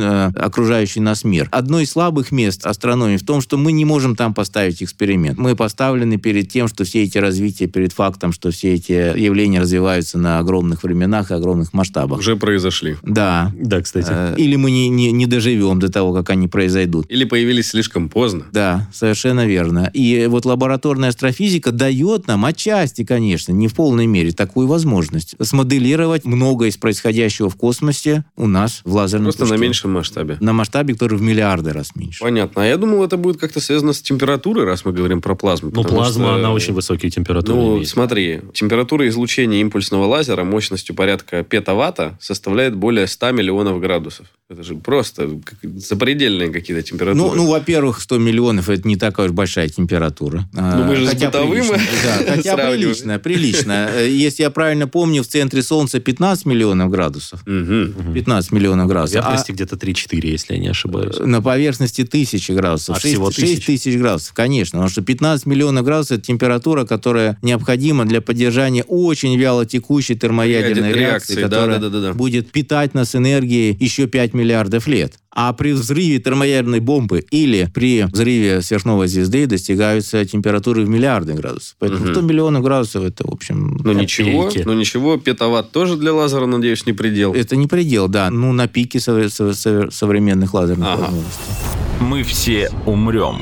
E: э, окружающий нас мир. Одно из слабых мест астрономии в том, что мы не можем там поставить эксперимент. Мы поставлены перед тем, что все эти развития, перед фактом, что все эти явления развиваются на огромных временах и огромных масштабах.
D: Уже произошли.
E: Да.
C: Да, кстати.
E: Э, или мы не, не, не доживем до того, как они произойдут.
D: Или появились слишком поздно.
E: Да, совершенно верно. И вот лабораторная астрофизика дает нам отчасти, конечно, не в полной мере, такую возможность смоделировать многое из происходящего в космосе у нас в лазерном
D: Просто
E: пучке.
D: на меньшем масштабе.
E: На масштабе, который в миллиарды раз меньше.
D: Понятно. А я думал, это будет как-то связано с температурой, раз мы говорим про плазму.
C: Ну, плазма,
D: что,
C: она очень высокие температуры
D: Ну,
C: имеет.
D: смотри, температура излучения импульсного лазера мощностью порядка петаватта составляет более ста миллионов градусов. Это же просто запредельные какие-то температуры.
E: Ну, ну, во-первых, сто миллионов – это не такая уж большая температура.
D: Ну, мы же
E: хотя
D: с бытовым
E: прилично. Да, хотя прилично, прилично. Если я правильно помню, в центре Солнца пятнадцать миллионов градусов.
D: Угу.
E: пятнадцать миллионов градусов.
C: На поверхности а где-то три-четыре, если я не ошибаюсь.
E: На поверхности тысячи градусов.
C: А всего
E: шесть тысяч градусов, конечно. Потому что пятнадцать миллионов градусов – это температура, которая необходима для поддержания очень вяло текущей термоядерной
D: Реакции,
E: реакции,
D: да,
E: которая
D: да, да, да.
E: будет питать нас энергией еще пять миллиардов лет. А при взрыве термоядерной бомбы или при взрыве сверхновой звезды достигаются температуры в миллиарды градусов. Поэтому
D: Угу.
E: сто миллионов градусов – это, в общем…
D: Ну, ничего,
C: копейки.
D: ну, ничего, петаватт тоже для лазера, надеюсь, не предел.
E: Это не предел, да. Ну, на пике сове- сове- сове- современных лазерных
D: Ага.
E: возможностей.
B: Мы все умрем.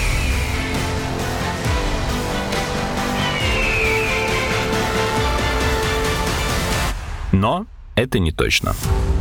B: Но это не точно.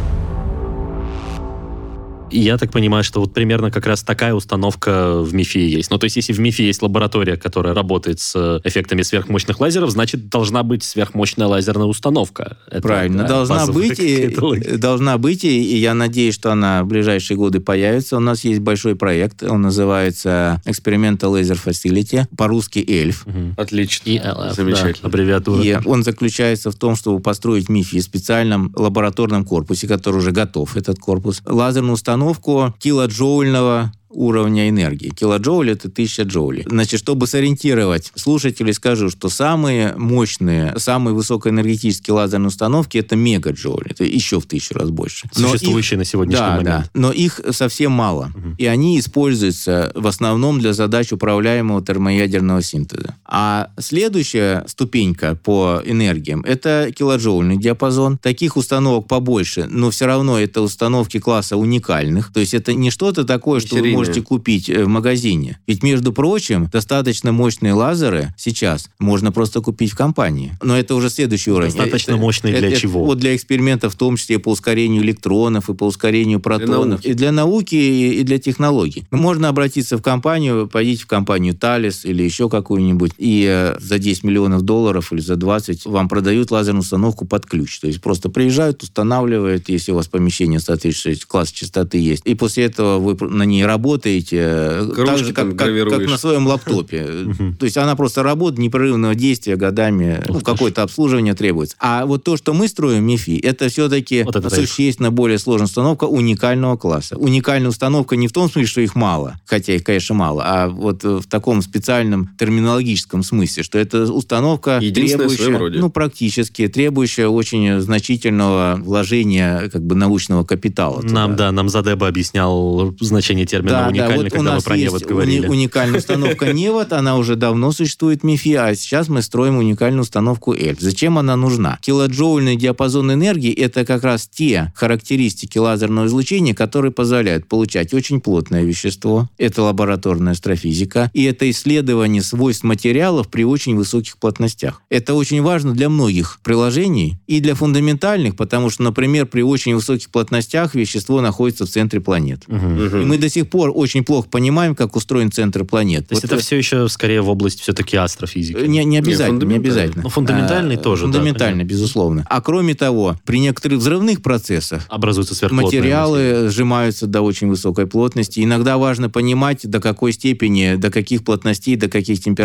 C: И я так понимаю, что вот примерно как раз такая установка в МИФИ есть. Ну, то есть, если в МИФИ есть лаборатория, которая работает с эффектами сверхмощных лазеров, значит, должна быть сверхмощная лазерная установка. Это,
E: Правильно.
C: да,
E: должна
C: базовая
E: быть, и,
C: какая-то логика.
E: должна быть, и, и я надеюсь, что она в ближайшие годы появится. У нас есть большой проект, он называется Experimental Laser Facility, по-русски ЭЛЬФ.
C: Мгм.
D: Отлично.
C: И эл эф,
D: Замечательно.
C: да, аббревиатура.
E: И он заключается в том, чтобы построить МИФИ в специальном лабораторном корпусе, который уже готов, этот корпус, лазерную установку килоджоульного уровня энергии. Килоджоуль – это тысяча джоулей. Значит, чтобы сориентировать слушателей, скажу, что самые мощные, самые высокоэнергетические лазерные установки – это мегаджоули. Это еще в тысячу раз больше. Но
C: Существующие
E: их-
C: на сегодняшний
E: да,
C: момент.
E: Да, но их совсем мало.
C: Мгм.
E: И они используются в основном для задач управляемого термоядерного синтеза. А следующая ступенька по энергиям – это килоджоульный диапазон. Таких установок побольше, но все равно это установки класса уникальных. То есть это не что-то такое, что вы
D: Серийные.
E: можете купить в магазине. Ведь, между прочим, достаточно мощные лазеры сейчас можно просто купить в компании. Но это уже следующий уровень.
C: Достаточно
E: Это-
C: мощные для
E: это-
C: чего?
E: Вот для экспериментов, в том числе по ускорению электронов и по ускорению протонов.
D: науки.
E: И для науки, и и для технологий. Можно обратиться в компанию, пойдите в компанию Thales или еще какую-нибудь, и э, за десять миллионов долларов или за двадцать вам продают лазерную установку под ключ. То есть просто приезжают, устанавливают, если у вас помещение соответствующее, класс частоты есть. И после этого вы на ней работаете, э, так
D: Кружки
E: же,
D: там
E: как, как,
D: гравируешь.
E: как на своем лаптопе. То есть она просто работает, непрерывного действия годами, ну, какое-то обслуживание требуется. А вот то, что мы строим, МИФИ, это все-таки
C: Вот это
E: существенно более сложная установка уникального класса. Уникальная установка не в том смысле, что их мало, хотя их, конечно, мало, а вот в таком специальном терминологическом смысле, что это установка,
D: Единственная в своем
E: требующая,
D: роде.
E: ну, практически, требующая очень значительного вложения как бы научного капитала.
C: Нам,
E: туда.
C: да, нам Задеба объяснял значение термина уникальный,
E: вот у
C: когда мы
E: нас
C: про
E: есть
C: невод говорили.
E: уни- уникальная установка невод, она уже давно существует в МИФИ, а сейчас мы строим уникальную установку ЭЛЬФ. Зачем она нужна? Килоджоульный диапазон энергии – это как раз те характеристики лазерного излучения, которые позволяют получать очень плотное вещество, это лабораторная астрофизика, и это исследование свойств материалов при очень высоких плотностях. Это очень важно для многих приложений и для фундаментальных, потому что, например, при очень высоких плотностях вещество находится в центре планет.
C: Мгм.
D: Мгм.
E: И мы до сих пор очень плохо понимаем, как устроен центр планет.
C: То есть
E: Вот,
C: это
E: э,
C: все еще скорее в область все-таки астрофизики.
E: не, не обязательно, не,
D: фундаментально.
E: обязательно.
C: Ну, фундаментальный
E: А,
C: тоже, да,
E: Фундаментально,
C: понятно.
E: безусловно. А кроме того, при некоторых взрывных процессах
C: Образуются сверхплотные
E: материалы сжимаются до очень высокой плотности. Иногда важно понимать, до какой степени, до каких плотностей, до каких температур и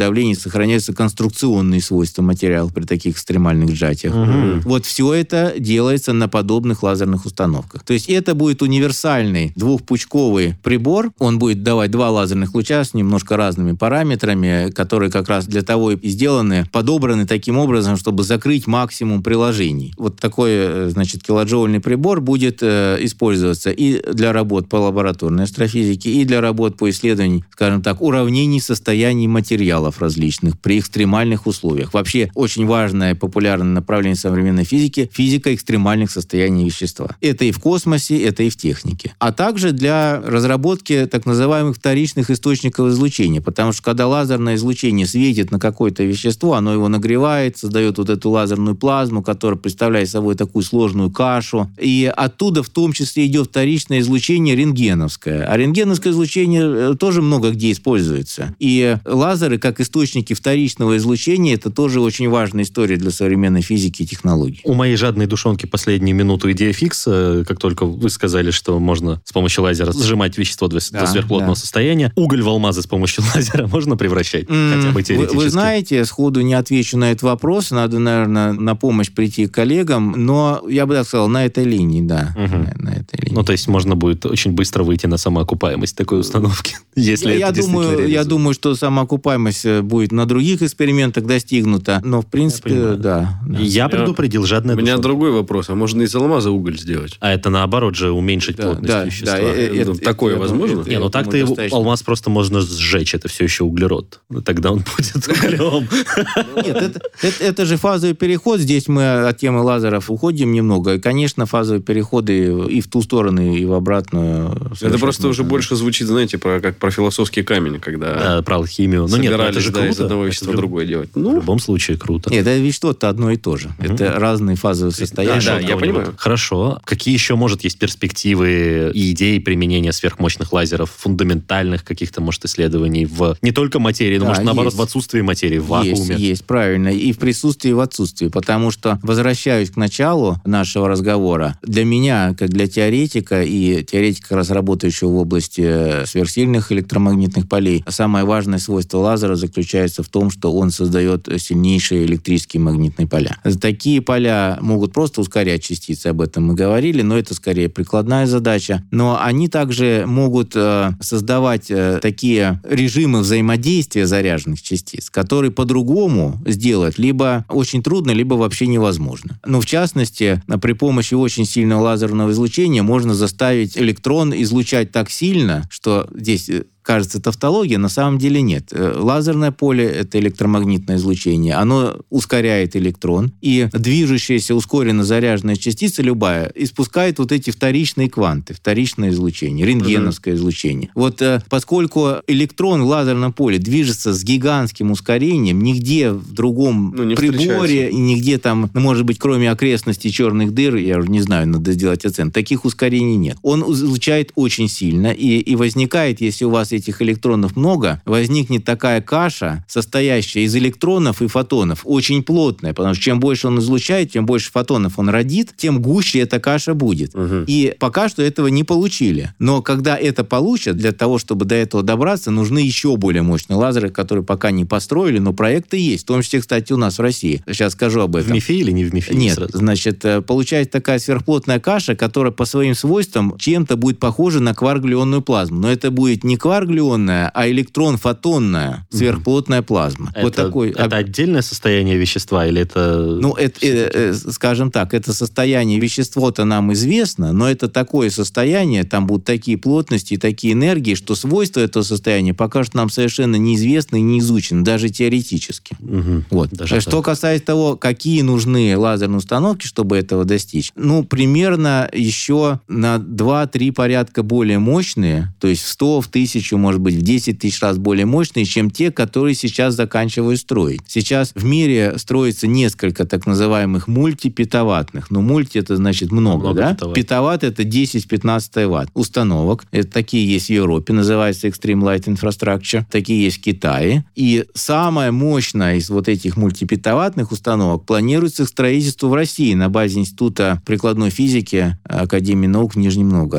E: давлении сохраняются конструкционные свойства материалов при таких экстремальных сжатиях. Угу. Вот все это делается на подобных лазерных установках. То есть это будет универсальный двухпучковый прибор. Он будет давать два лазерных луча с немножко разными параметрами, которые как раз для того и сделаны, подобраны таким образом, чтобы закрыть максимум приложений. Вот такой, значит, килоджоульный прибор будет э, использоваться и для работ по лабораторной астрофизике, и для работ по исследованию, скажем так, уравнений состояний материалов различных при экстремальных условиях. Вообще очень важное и популярное направление современной физики – физика экстремальных состояний вещества. Это и в космосе, это и в технике. А также для разработки так называемых вторичных источников излучения, потому что когда лазерное излучение светит на какое-то вещество, оно его нагревает, создает вот эту лазерную плазму, которая представляет собой такую сложную кашу, и оттуда в том числе идет вторичное излучение рентгеновское. А рентгеновское излучение тоже много где используется. И лазеры, как источники вторичного излучения, это тоже очень важная история для современной физики и технологий.
C: У моей жадной душонки последнюю минуту идея фикса, как только вы сказали, что можно с помощью лазера сжимать вещество до, да, до сверхплотного да. состояния, уголь в алмазы с помощью лазера можно превращать? Mm, хотя бы теоретически.
E: Вы, вы знаете, сходу не отвечу на этот вопрос, надо, наверное, на помощь прийти к коллегам, но я бы так сказал, на этой линии, да.
C: Угу.
E: На, на этой линии.
C: Ну, то есть можно будет очень быстро выйти на самоокупаемость такой установки, если
E: я,
C: это
E: я думаю, я думаю, что самоокупаемость будет на других экспериментах достигнута, но, в принципе,
C: я
E: да, да.
C: Я предупредил, жадная
D: душа. У меня
C: душонка.
D: другой вопрос. А можно из алмаза уголь сделать?
C: А это, наоборот же, уменьшить
E: да,
C: плотность
E: да,
C: вещества.
E: Да, это,
D: ну, такое
E: это,
D: возможно?
E: Это,
C: Не, ну так-то его, алмаз просто можно сжечь, это все еще углерод. Тогда он будет углем.
E: Нет, это, это, это же фазовый переход. Здесь мы от темы лазеров уходим немного. И, конечно, фазовые переходы и в ту сторону, и в обратную.
D: Это просто уже больше звучит, знаете, про, как про философский камень, когда
C: да, про алхимию. Ну, нет, это же
D: да,
C: круто.
D: из одного вещества
C: это
D: другое делать.
C: Ну, в любом случае круто.
E: Нет, это вещество-то одно и то же. Mm-hmm. Это разные фазовые состояния.
D: Да, да, я понимаю.
C: Хорошо. Какие еще, может, есть перспективы и идеи применения сверхмощных лазеров, фундаментальных каких-то, может, исследований в не только материи, но, да, может, наоборот, есть. В отсутствии материи, в вакууме?
E: Есть, есть, правильно. И в присутствии, и в отсутствии. Потому что, возвращаюсь к началу нашего разговора, для меня, как для теоретика, и теоретика, как раз работающего в области сверхсильных электромагнитных полей, самое важное свойство лазера заключается в том, что он создает сильнейшие электрические магнитные поля. Такие поля могут просто ускорять частицы, об этом мы говорили, но это скорее прикладная задача. Но они также могут э, создавать э, такие режимы взаимодействия заряженных частиц, которые по-другому сделать либо очень трудно, либо вообще невозможно. Ну, в частности, при помощи очень сильного лазерного излучения можно заставить электрон излучать так сильно, что здесь кажется тавтология, на самом деле нет. Лазерное поле — это электромагнитное излучение. Оно ускоряет электрон, и движущаяся ускоренно заряженная частица любая испускает вот эти вторичные кванты, вторичное излучение, рентгеновское mm-hmm. излучение. Вот поскольку электрон в лазерном поле движется с гигантским ускорением, нигде в другом ну, приборе, и нигде там, может быть, кроме окрестностей черных дыр, я уже не знаю, надо сделать оценку, таких ускорений нет. Он излучает очень сильно, и, и возникает, если у вас этих электронов много, возникнет такая каша, состоящая из электронов и фотонов, очень плотная, потому что чем больше он излучает, чем больше фотонов он родит, тем гуще эта каша будет. Угу. И пока что этого не получили. Но когда это получат, для того, чтобы до этого добраться, нужны еще более мощные лазеры, которые пока не построили, но проекты есть, в том числе, кстати, у нас в России. Сейчас скажу об этом.
C: В МИФИ или не в МИФИ?
E: Нет,
C: сразу?
E: Значит, получается такая сверхплотная каша, которая по своим свойствам чем-то будет похожа на кварк-глюонную плазму. Но это будет не кварк глюонная, а электрон-фотонная сверхплотная плазма.
C: Это,
E: вот такой...
C: это отдельное состояние вещества или это...
E: Ну, это, э, э, скажем так, это состояние вещества-то нам известно, но это такое состояние, там будут такие плотности и такие энергии, что свойства этого состояния пока что нам совершенно неизвестны и не изучены, даже теоретически. Угу, вот. Даже что так. Касается того, какие нужны лазерные установки, чтобы этого достичь, ну, примерно еще на два-три порядка более мощные, то есть в сто, в тысячу, может быть, в десять тысяч раз более мощные, чем те, которые сейчас заканчивают строить. Сейчас в мире строится несколько так называемых мультипетаваттных. Ну, мульти — это значит много, много да? Петаватт. Петаватт — это десять-пятнадцать ватт установок. Это такие есть в Европе, называется Extreme Light Infrastructure. Такие есть в Китае. И самая мощная из вот этих мультипетаваттных установок планируется к строительству в России на базе Института прикладной физики Академии наук в Нижнем Новгороде.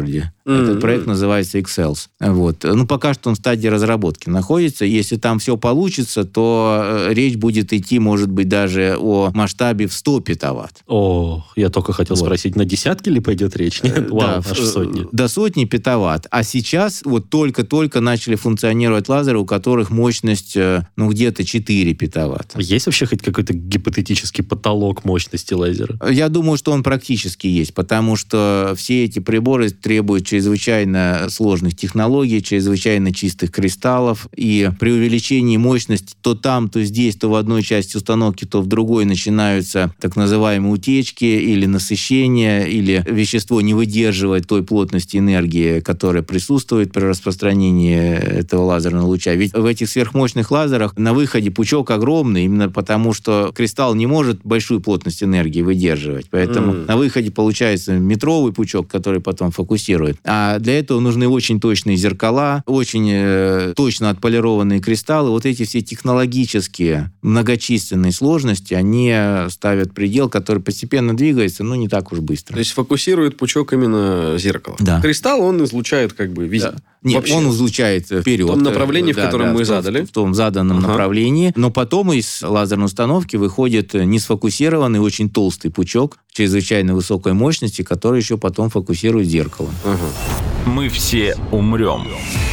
E: Mm-hmm. Этот проект называется Excels. Вот. Ну, пока что он в стадии разработки находится. Если там все получится, то речь будет идти, может быть, даже о масштабе в сто петаватт.
C: О, я только хотел вот. спросить, на десятки ли пойдет речь? Нет, вау,
E: да,
C: аж сотни.
E: До сотни петаватт. А сейчас вот только-только начали функционировать лазеры, у которых мощность, ну, где-то четыре петаватта.
C: Есть вообще хоть какой-то гипотетический потолок мощности лазера?
E: Я думаю, что он практически есть, потому что все эти приборы требуют чрезвычайно сложных технологий, чрезвычайно чистых кристаллов, и при увеличении мощности то там, то здесь, то в одной части установки, то в другой начинаются так называемые утечки или насыщения, или вещество не выдерживает той плотности энергии, которая присутствует при распространении этого лазерного луча. Ведь в этих сверхмощных лазерах на выходе пучок огромный, именно потому что кристалл не может большую плотность энергии выдерживать. Поэтому mm. на выходе получается метровый пучок, который потом фокусирует. А для этого нужны очень точные зеркала, очень э, точно отполированные кристаллы. Вот эти все технологические многочисленные сложности, они ставят предел, который постепенно двигается, но не так уж быстро.
D: То есть фокусирует пучок именно зеркало.
E: Да.
D: Кристалл, он излучает как бы везде.
E: Да. Нет,
D: вообще.
E: Он излучает вперед.
D: В том направлении,
E: да,
D: в котором
E: да,
D: мы
E: в том,
D: задали.
E: В том заданном ага. направлении. Но потом из лазерной установки выходит несфокусированный, очень толстый пучок чрезвычайно высокой мощности, который еще потом фокусирует зеркало.
D: Ага.
B: Мы все умрем.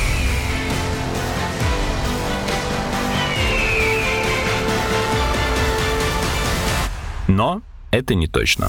B: Но это не точно.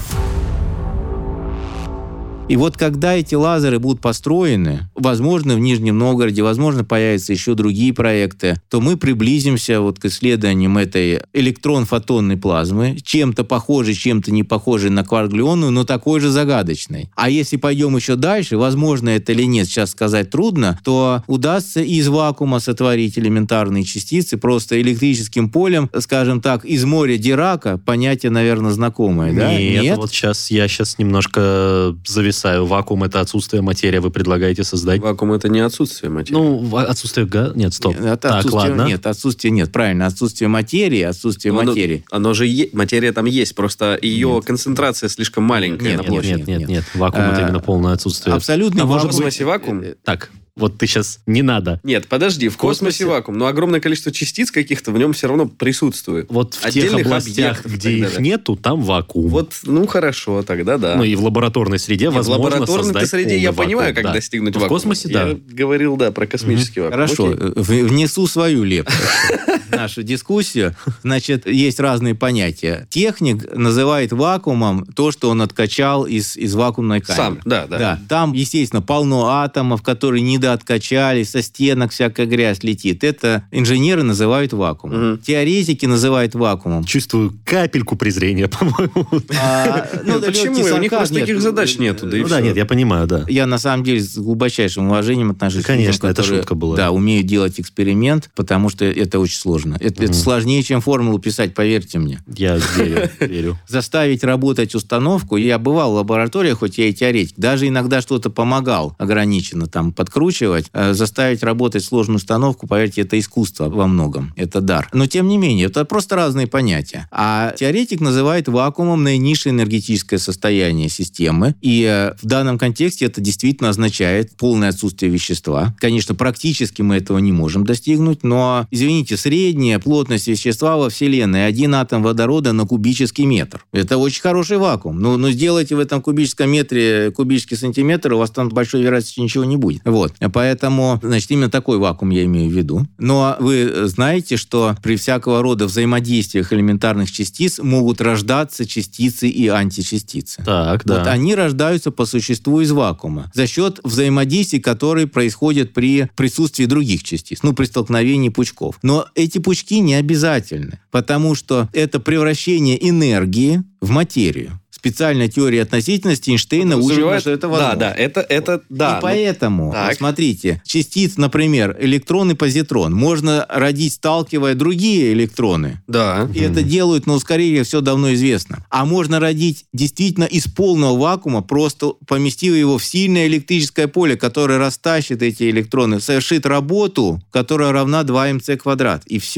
E: И вот когда эти лазеры будут построены, возможно, в Нижнем Новгороде, возможно, появятся еще другие проекты, то мы приблизимся вот к исследованиям этой электрон-фотонной плазмы, чем-то похожей, чем-то не похожей на кварк-глюонную, но такой же загадочной. А если пойдем еще дальше, возможно это или нет, сейчас сказать трудно, то удастся из вакуума сотворить элементарные частицы просто электрическим полем, скажем так, из моря Дирака, понятие, наверное, знакомое, да?
C: Нет,
E: нет?
C: вот сейчас я сейчас немножко зависаю. Вакуум — это отсутствие материи, вы предлагаете создать...
D: Вакуум — это не отсутствие материи.
C: Ну, отсутствие газа... Нет, стоп.
E: Нет,
C: так,
E: отсутствие...
C: ладно.
E: Нет, отсутствие нет, правильно. Отсутствие материи, отсутствие
D: оно,
E: материи.
D: Оно же есть, материя там есть, просто ее нет. концентрация слишком маленькая.
E: Нет,
D: на
E: нет,
D: площадь.
C: Нет, нет, нет, нет. Вакуум а, — это именно полное отсутствие.
E: Абсолютно.
D: А
E: может
D: в космосе
E: быть...
D: вакуум?
C: Так, вот ты сейчас... Не надо.
D: Нет, подожди, в, в космосе, космосе вакуум, но огромное количество частиц каких-то в нем все равно присутствует.
C: Вот в тех областях, где их нету, там вакуум.
D: Вот, ну хорошо, тогда да.
C: Ну и в лабораторной среде,
D: Нет,
C: возможно,
D: в лабораторной среде я
C: вакуум,
D: понимаю, как
C: да.
D: достигнуть
C: но
D: вакуума.
C: В космосе, да.
D: Я говорил, да, про космический
E: угу.
D: вакуум.
E: Хорошо, Окей. внесу свою лепту в нашу дискуссию. Значит, есть разные понятия. Техник называет вакуумом то, что он откачал из, из вакуумной камеры.
D: Сам, да, да,
E: да. Там, естественно, полно атомов, которые недооткачали, со стенок всякая грязь летит. Это инженеры называют вакуумом. Угу. Теоретики называют вакуумом.
C: Чувствую капельку презрения, по-моему.
E: А, ну,
D: почему? У них просто таких задач нету. Да,
C: ну да, нет, я понимаю, да.
E: Я, на самом деле, с глубочайшим уважением отношусь
C: да, конечно,
E: к людям, которые,
C: это шутка была.
E: Да, умеют делать эксперимент, потому что это очень сложно. Это, угу. это сложнее, чем формулу писать, поверьте мне.
C: Я верю, верю.
E: Заставить работать установку. Я бывал в лабораториях, хоть я и теоретик, даже иногда что-то помогал ограниченно там подкручивать. Заставить работать сложную установку, поверьте, это искусство во многом. Это дар. Но, тем не менее, это просто разные понятия. А теоретик называет вакуумом наинизшее энергетическое состояние системы. И в данном контексте это действительно означает полное отсутствие вещества. Конечно, практически мы этого не можем достигнуть, но, извините, средняя плотность вещества во Вселенной один атом водорода на кубический метр. Это очень хороший вакуум. Но, но сделайте в этом кубическом метре кубический сантиметр, у вас там большой вероятности ничего не будет. Вот. Поэтому, значит, именно такой вакуум я имею в виду. Но вы знаете, что при всякого рода взаимодействиях элементарных частиц могут рождаться частицы и античастицы.
C: Так, да.
E: Вот они рождаются по существу из вакуума за счет взаимодействий, которые происходят при присутствии других частиц, ну, при столкновении пучков. Но эти пучки не обязательны, потому что это превращение энергии в материю. Специальная теория относительности Эйнштейна учит, что это возможно.
D: Да, да, это, это да.
E: И поэтому, вот смотрите, частиц, например, электрон и позитрон можно родить, сталкивая другие электроны.
D: Да.
E: И mm-hmm. это делают на ускорение, все давно известно. А можно родить действительно из полного вакуума, просто поместив его в сильное электрическое поле, которое растащит эти электроны, совершит работу, которая равна два эм цэ квадрат. И все.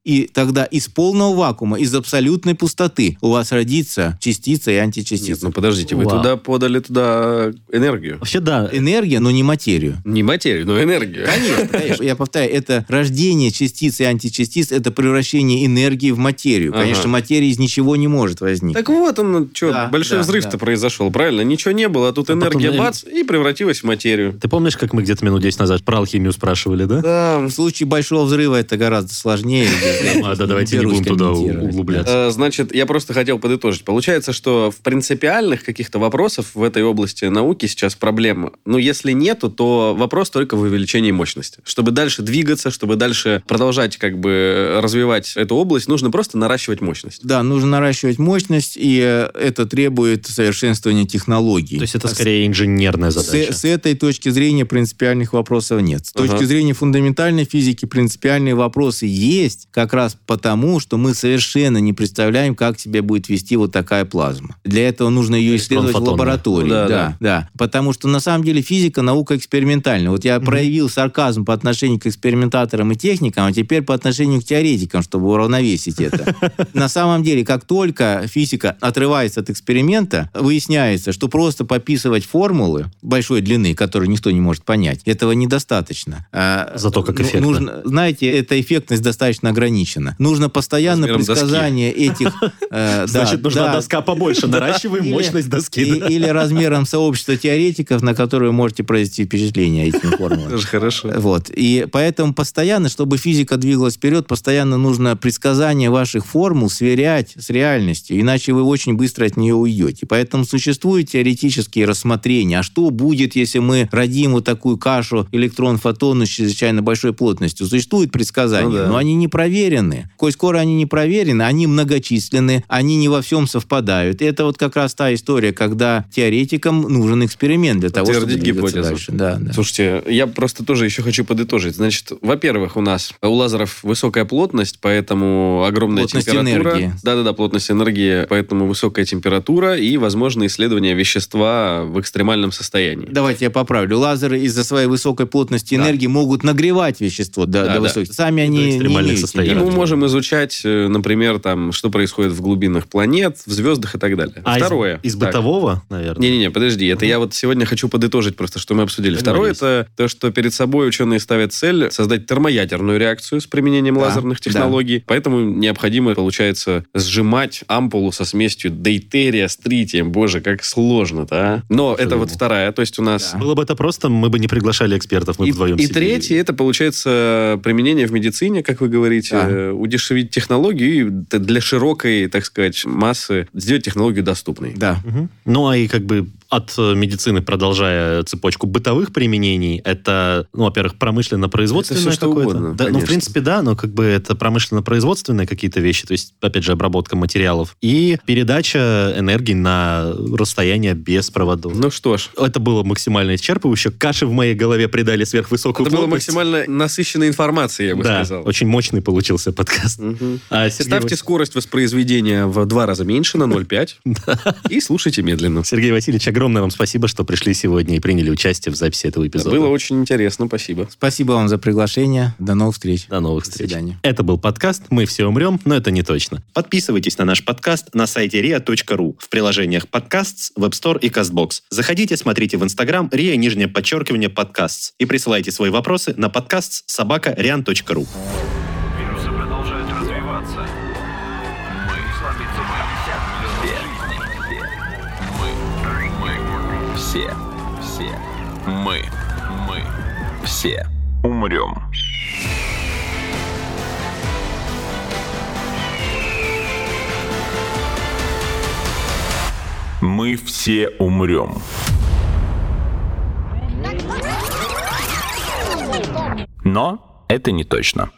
E: И тогда из полного вакуума, из абсолютной пустоты у вас родится частица и античастица.
D: Нет, ну подождите, вы
C: Вау.
D: туда подали туда энергию.
C: Вообще, да.
E: Энергия, но не материю.
D: Не материю, но энергию.
E: Конечно, конечно. Я повторяю, это рождение частиц и античастиц, это превращение энергии в материю.
D: Ага.
E: Конечно, материя из ничего не может возникнуть.
D: Так вот он, что,
E: Да,
D: большой
E: да,
D: взрыв-то
E: да.
D: произошел, правильно? Ничего не было, а тут
C: А потом,
D: энергия
C: э,
D: бац, и превратилась в материю.
C: Ты помнишь, как мы где-то минут десять назад про алхимию спрашивали, да?
D: Да.
E: В случае большого взрыва это гораздо сложнее.
C: А, да, давайте не
E: Берусь
C: будем туда
E: комментировать.
C: углубляться.
D: Э, Значит, я просто хотел подытожить. Получается, что в принципиальных каких-то вопросах в этой области науки сейчас проблема. Ну, если нету, то вопрос только в увеличении мощности. Чтобы дальше двигаться, чтобы дальше продолжать как бы развивать эту область, нужно просто наращивать мощность.
E: Да, нужно наращивать мощность, и э, это требует совершенствования технологий.
C: То есть это
E: С-
C: скорее инженерная
E: С,
C: задача.
E: с этой точки зрения принципиальных вопросов нет. С точки
D: Ага.
E: зрения фундаментальной физики принципиальные вопросы есть, как раз потому, что мы совершенно не представляем, как себя будет вести вот такая плазма. Для этого нужно ее исследовать в
C: Электрон-фотонная.
E: лаборатории.
D: Ну да,
E: да, да. Потому что на самом деле физика наука экспериментальная. Вот я проявил сарказм по отношению к экспериментаторам и техникам, а теперь по отношению к теоретикам, чтобы уравновесить это. На самом деле, как только физика отрывается от эксперимента, выясняется, что просто пописывать формулы большой длины, которые никто не может понять, этого недостаточно. А,
C: Зато как
E: ну,
C: эффектно.
E: нужно, знаете, эта эффектность достаточно ограничена. Нужно постоянно
D: Размером
E: предсказание этих... э,
C: Значит,
E: да,
C: нужна
E: да,
C: доска побольше. Наращиваем
E: или-
C: мощность доски.
E: и-
C: да.
E: Или размером сообщества теоретиков, на которые вы можете произвести впечатление этими формулами.
D: Тоже хорошо.
E: Вот. И поэтому постоянно, чтобы физика двигалась вперед, постоянно нужно предсказание ваших формул сверять с реальностью, иначе вы очень быстро от нее уйдете. Поэтому существуют теоретические рассмотрения. А что будет, если мы родим вот такую кашу электрон-фотон с чрезвычайно большой плотностью? Существуют предсказания,
D: Ну да.
E: но они не проверены. Коль скоро они не проверены, они многочисленны, они не во всем совпадают. И это вот как раз та история, когда теоретикам нужен эксперимент для того, чтобы
D: Подтвердить
E: двигаться
D: гипотезу.
E: дальше. Да, да.
D: Слушайте, я просто тоже еще хочу подытожить. Значит, во-первых, у нас у лазеров высокая плотность, поэтому огромная
E: Плотность
D: температура.
E: энергии.
D: Да-да-да, плотность энергии, поэтому высокая температура и, возможно, исследование вещества в экстремальном состоянии.
E: Давайте я поправлю. Лазеры из-за своей высокой плотности
D: Да.
E: энергии могут нагревать вещество до,
D: Да,
E: до
D: да.
E: высоких. Сами
C: До
E: они не
C: экстремальных
E: имеют
C: состояний.
D: И мы
E: температуры.
D: можем изучать, э, например, там, что происходит в глубинах планет, в звездах и так далее.
C: А из-
D: Второе.
C: Из
D: Так.
C: бытового, наверное.
D: Не-не-не, подожди, это я вот сегодня хочу подытожить просто, что мы обсудили.
C: Да,
D: Второе,
C: есть.
D: это то, что перед собой ученые ставят цель создать термоядерную реакцию с применением
E: Да,
D: лазерных технологий, поэтому необходимо, получается, сжимать ампулу со смесью дейтерия с тритием. Боже, как сложно-то, а? Но это вот вторая, то есть у нас...
E: Да.
C: Было бы это просто, мы бы не приглашали экспертов, мы
D: И,
C: вдвоем
D: и
C: сидели.
D: третье, это, получается, применение в медицине, как вы говорите,
E: Да.
D: э, удешевить технологию и т- для широкой, так сказать, массы сделать технологию доступной.
E: Да.
C: Мгм. Ну, а и как бы от э, медицины, продолжая цепочку бытовых применений, это, ну, во-первых, промышленно-производственное
D: Это всё, что
C: какое-то.
D: угодно,
C: Да, ну, в
D: конечно.
C: принципе, да, но как бы это промышленно-производственные какие-то вещи, то есть, опять же, обработка материалов и передача энергии на расстояние без проводов.
D: Ну что ж,
C: Это было максимально исчерпывающе. Каши в моей голове придали сверхвысокую
D: это было
C: плотность.
D: максимально насыщенной информацией, я бы
C: Да,
D: сказал.
C: очень мощный получился подкаст.
D: Мгм.
C: А, Сергей
D: Ставьте
C: Вас-
D: скорость воспроизведения в два раза меньше, на ноль целых пять, и слушайте медленно.
C: Сергей Васильевич, огромное вам спасибо, что пришли сегодня и приняли участие в записи этого эпизода.
D: Было очень интересно, спасибо.
E: Спасибо вам за приглашение. До новых встреч.
C: До новых
E: До
C: встреч.
E: свидания.
C: Это был подкаст «Мы все умрем, но это не точно». Подписывайтесь на наш подкаст на сайте риа точка ру, в приложениях подкастс, Web Store и CastBox. Заходите, смотрите в Инстаграм риа, нижнее подчеркивание, подкастс. И присылайте свои вопросы на подкастс собака риан точка ру.
B: Вирусы продолжают развиваться. Мы сломиться мы все. Мы. Мы. Все. Все. Мы. Мы. Все. Умрем. Мы все умрем. Но это не точно.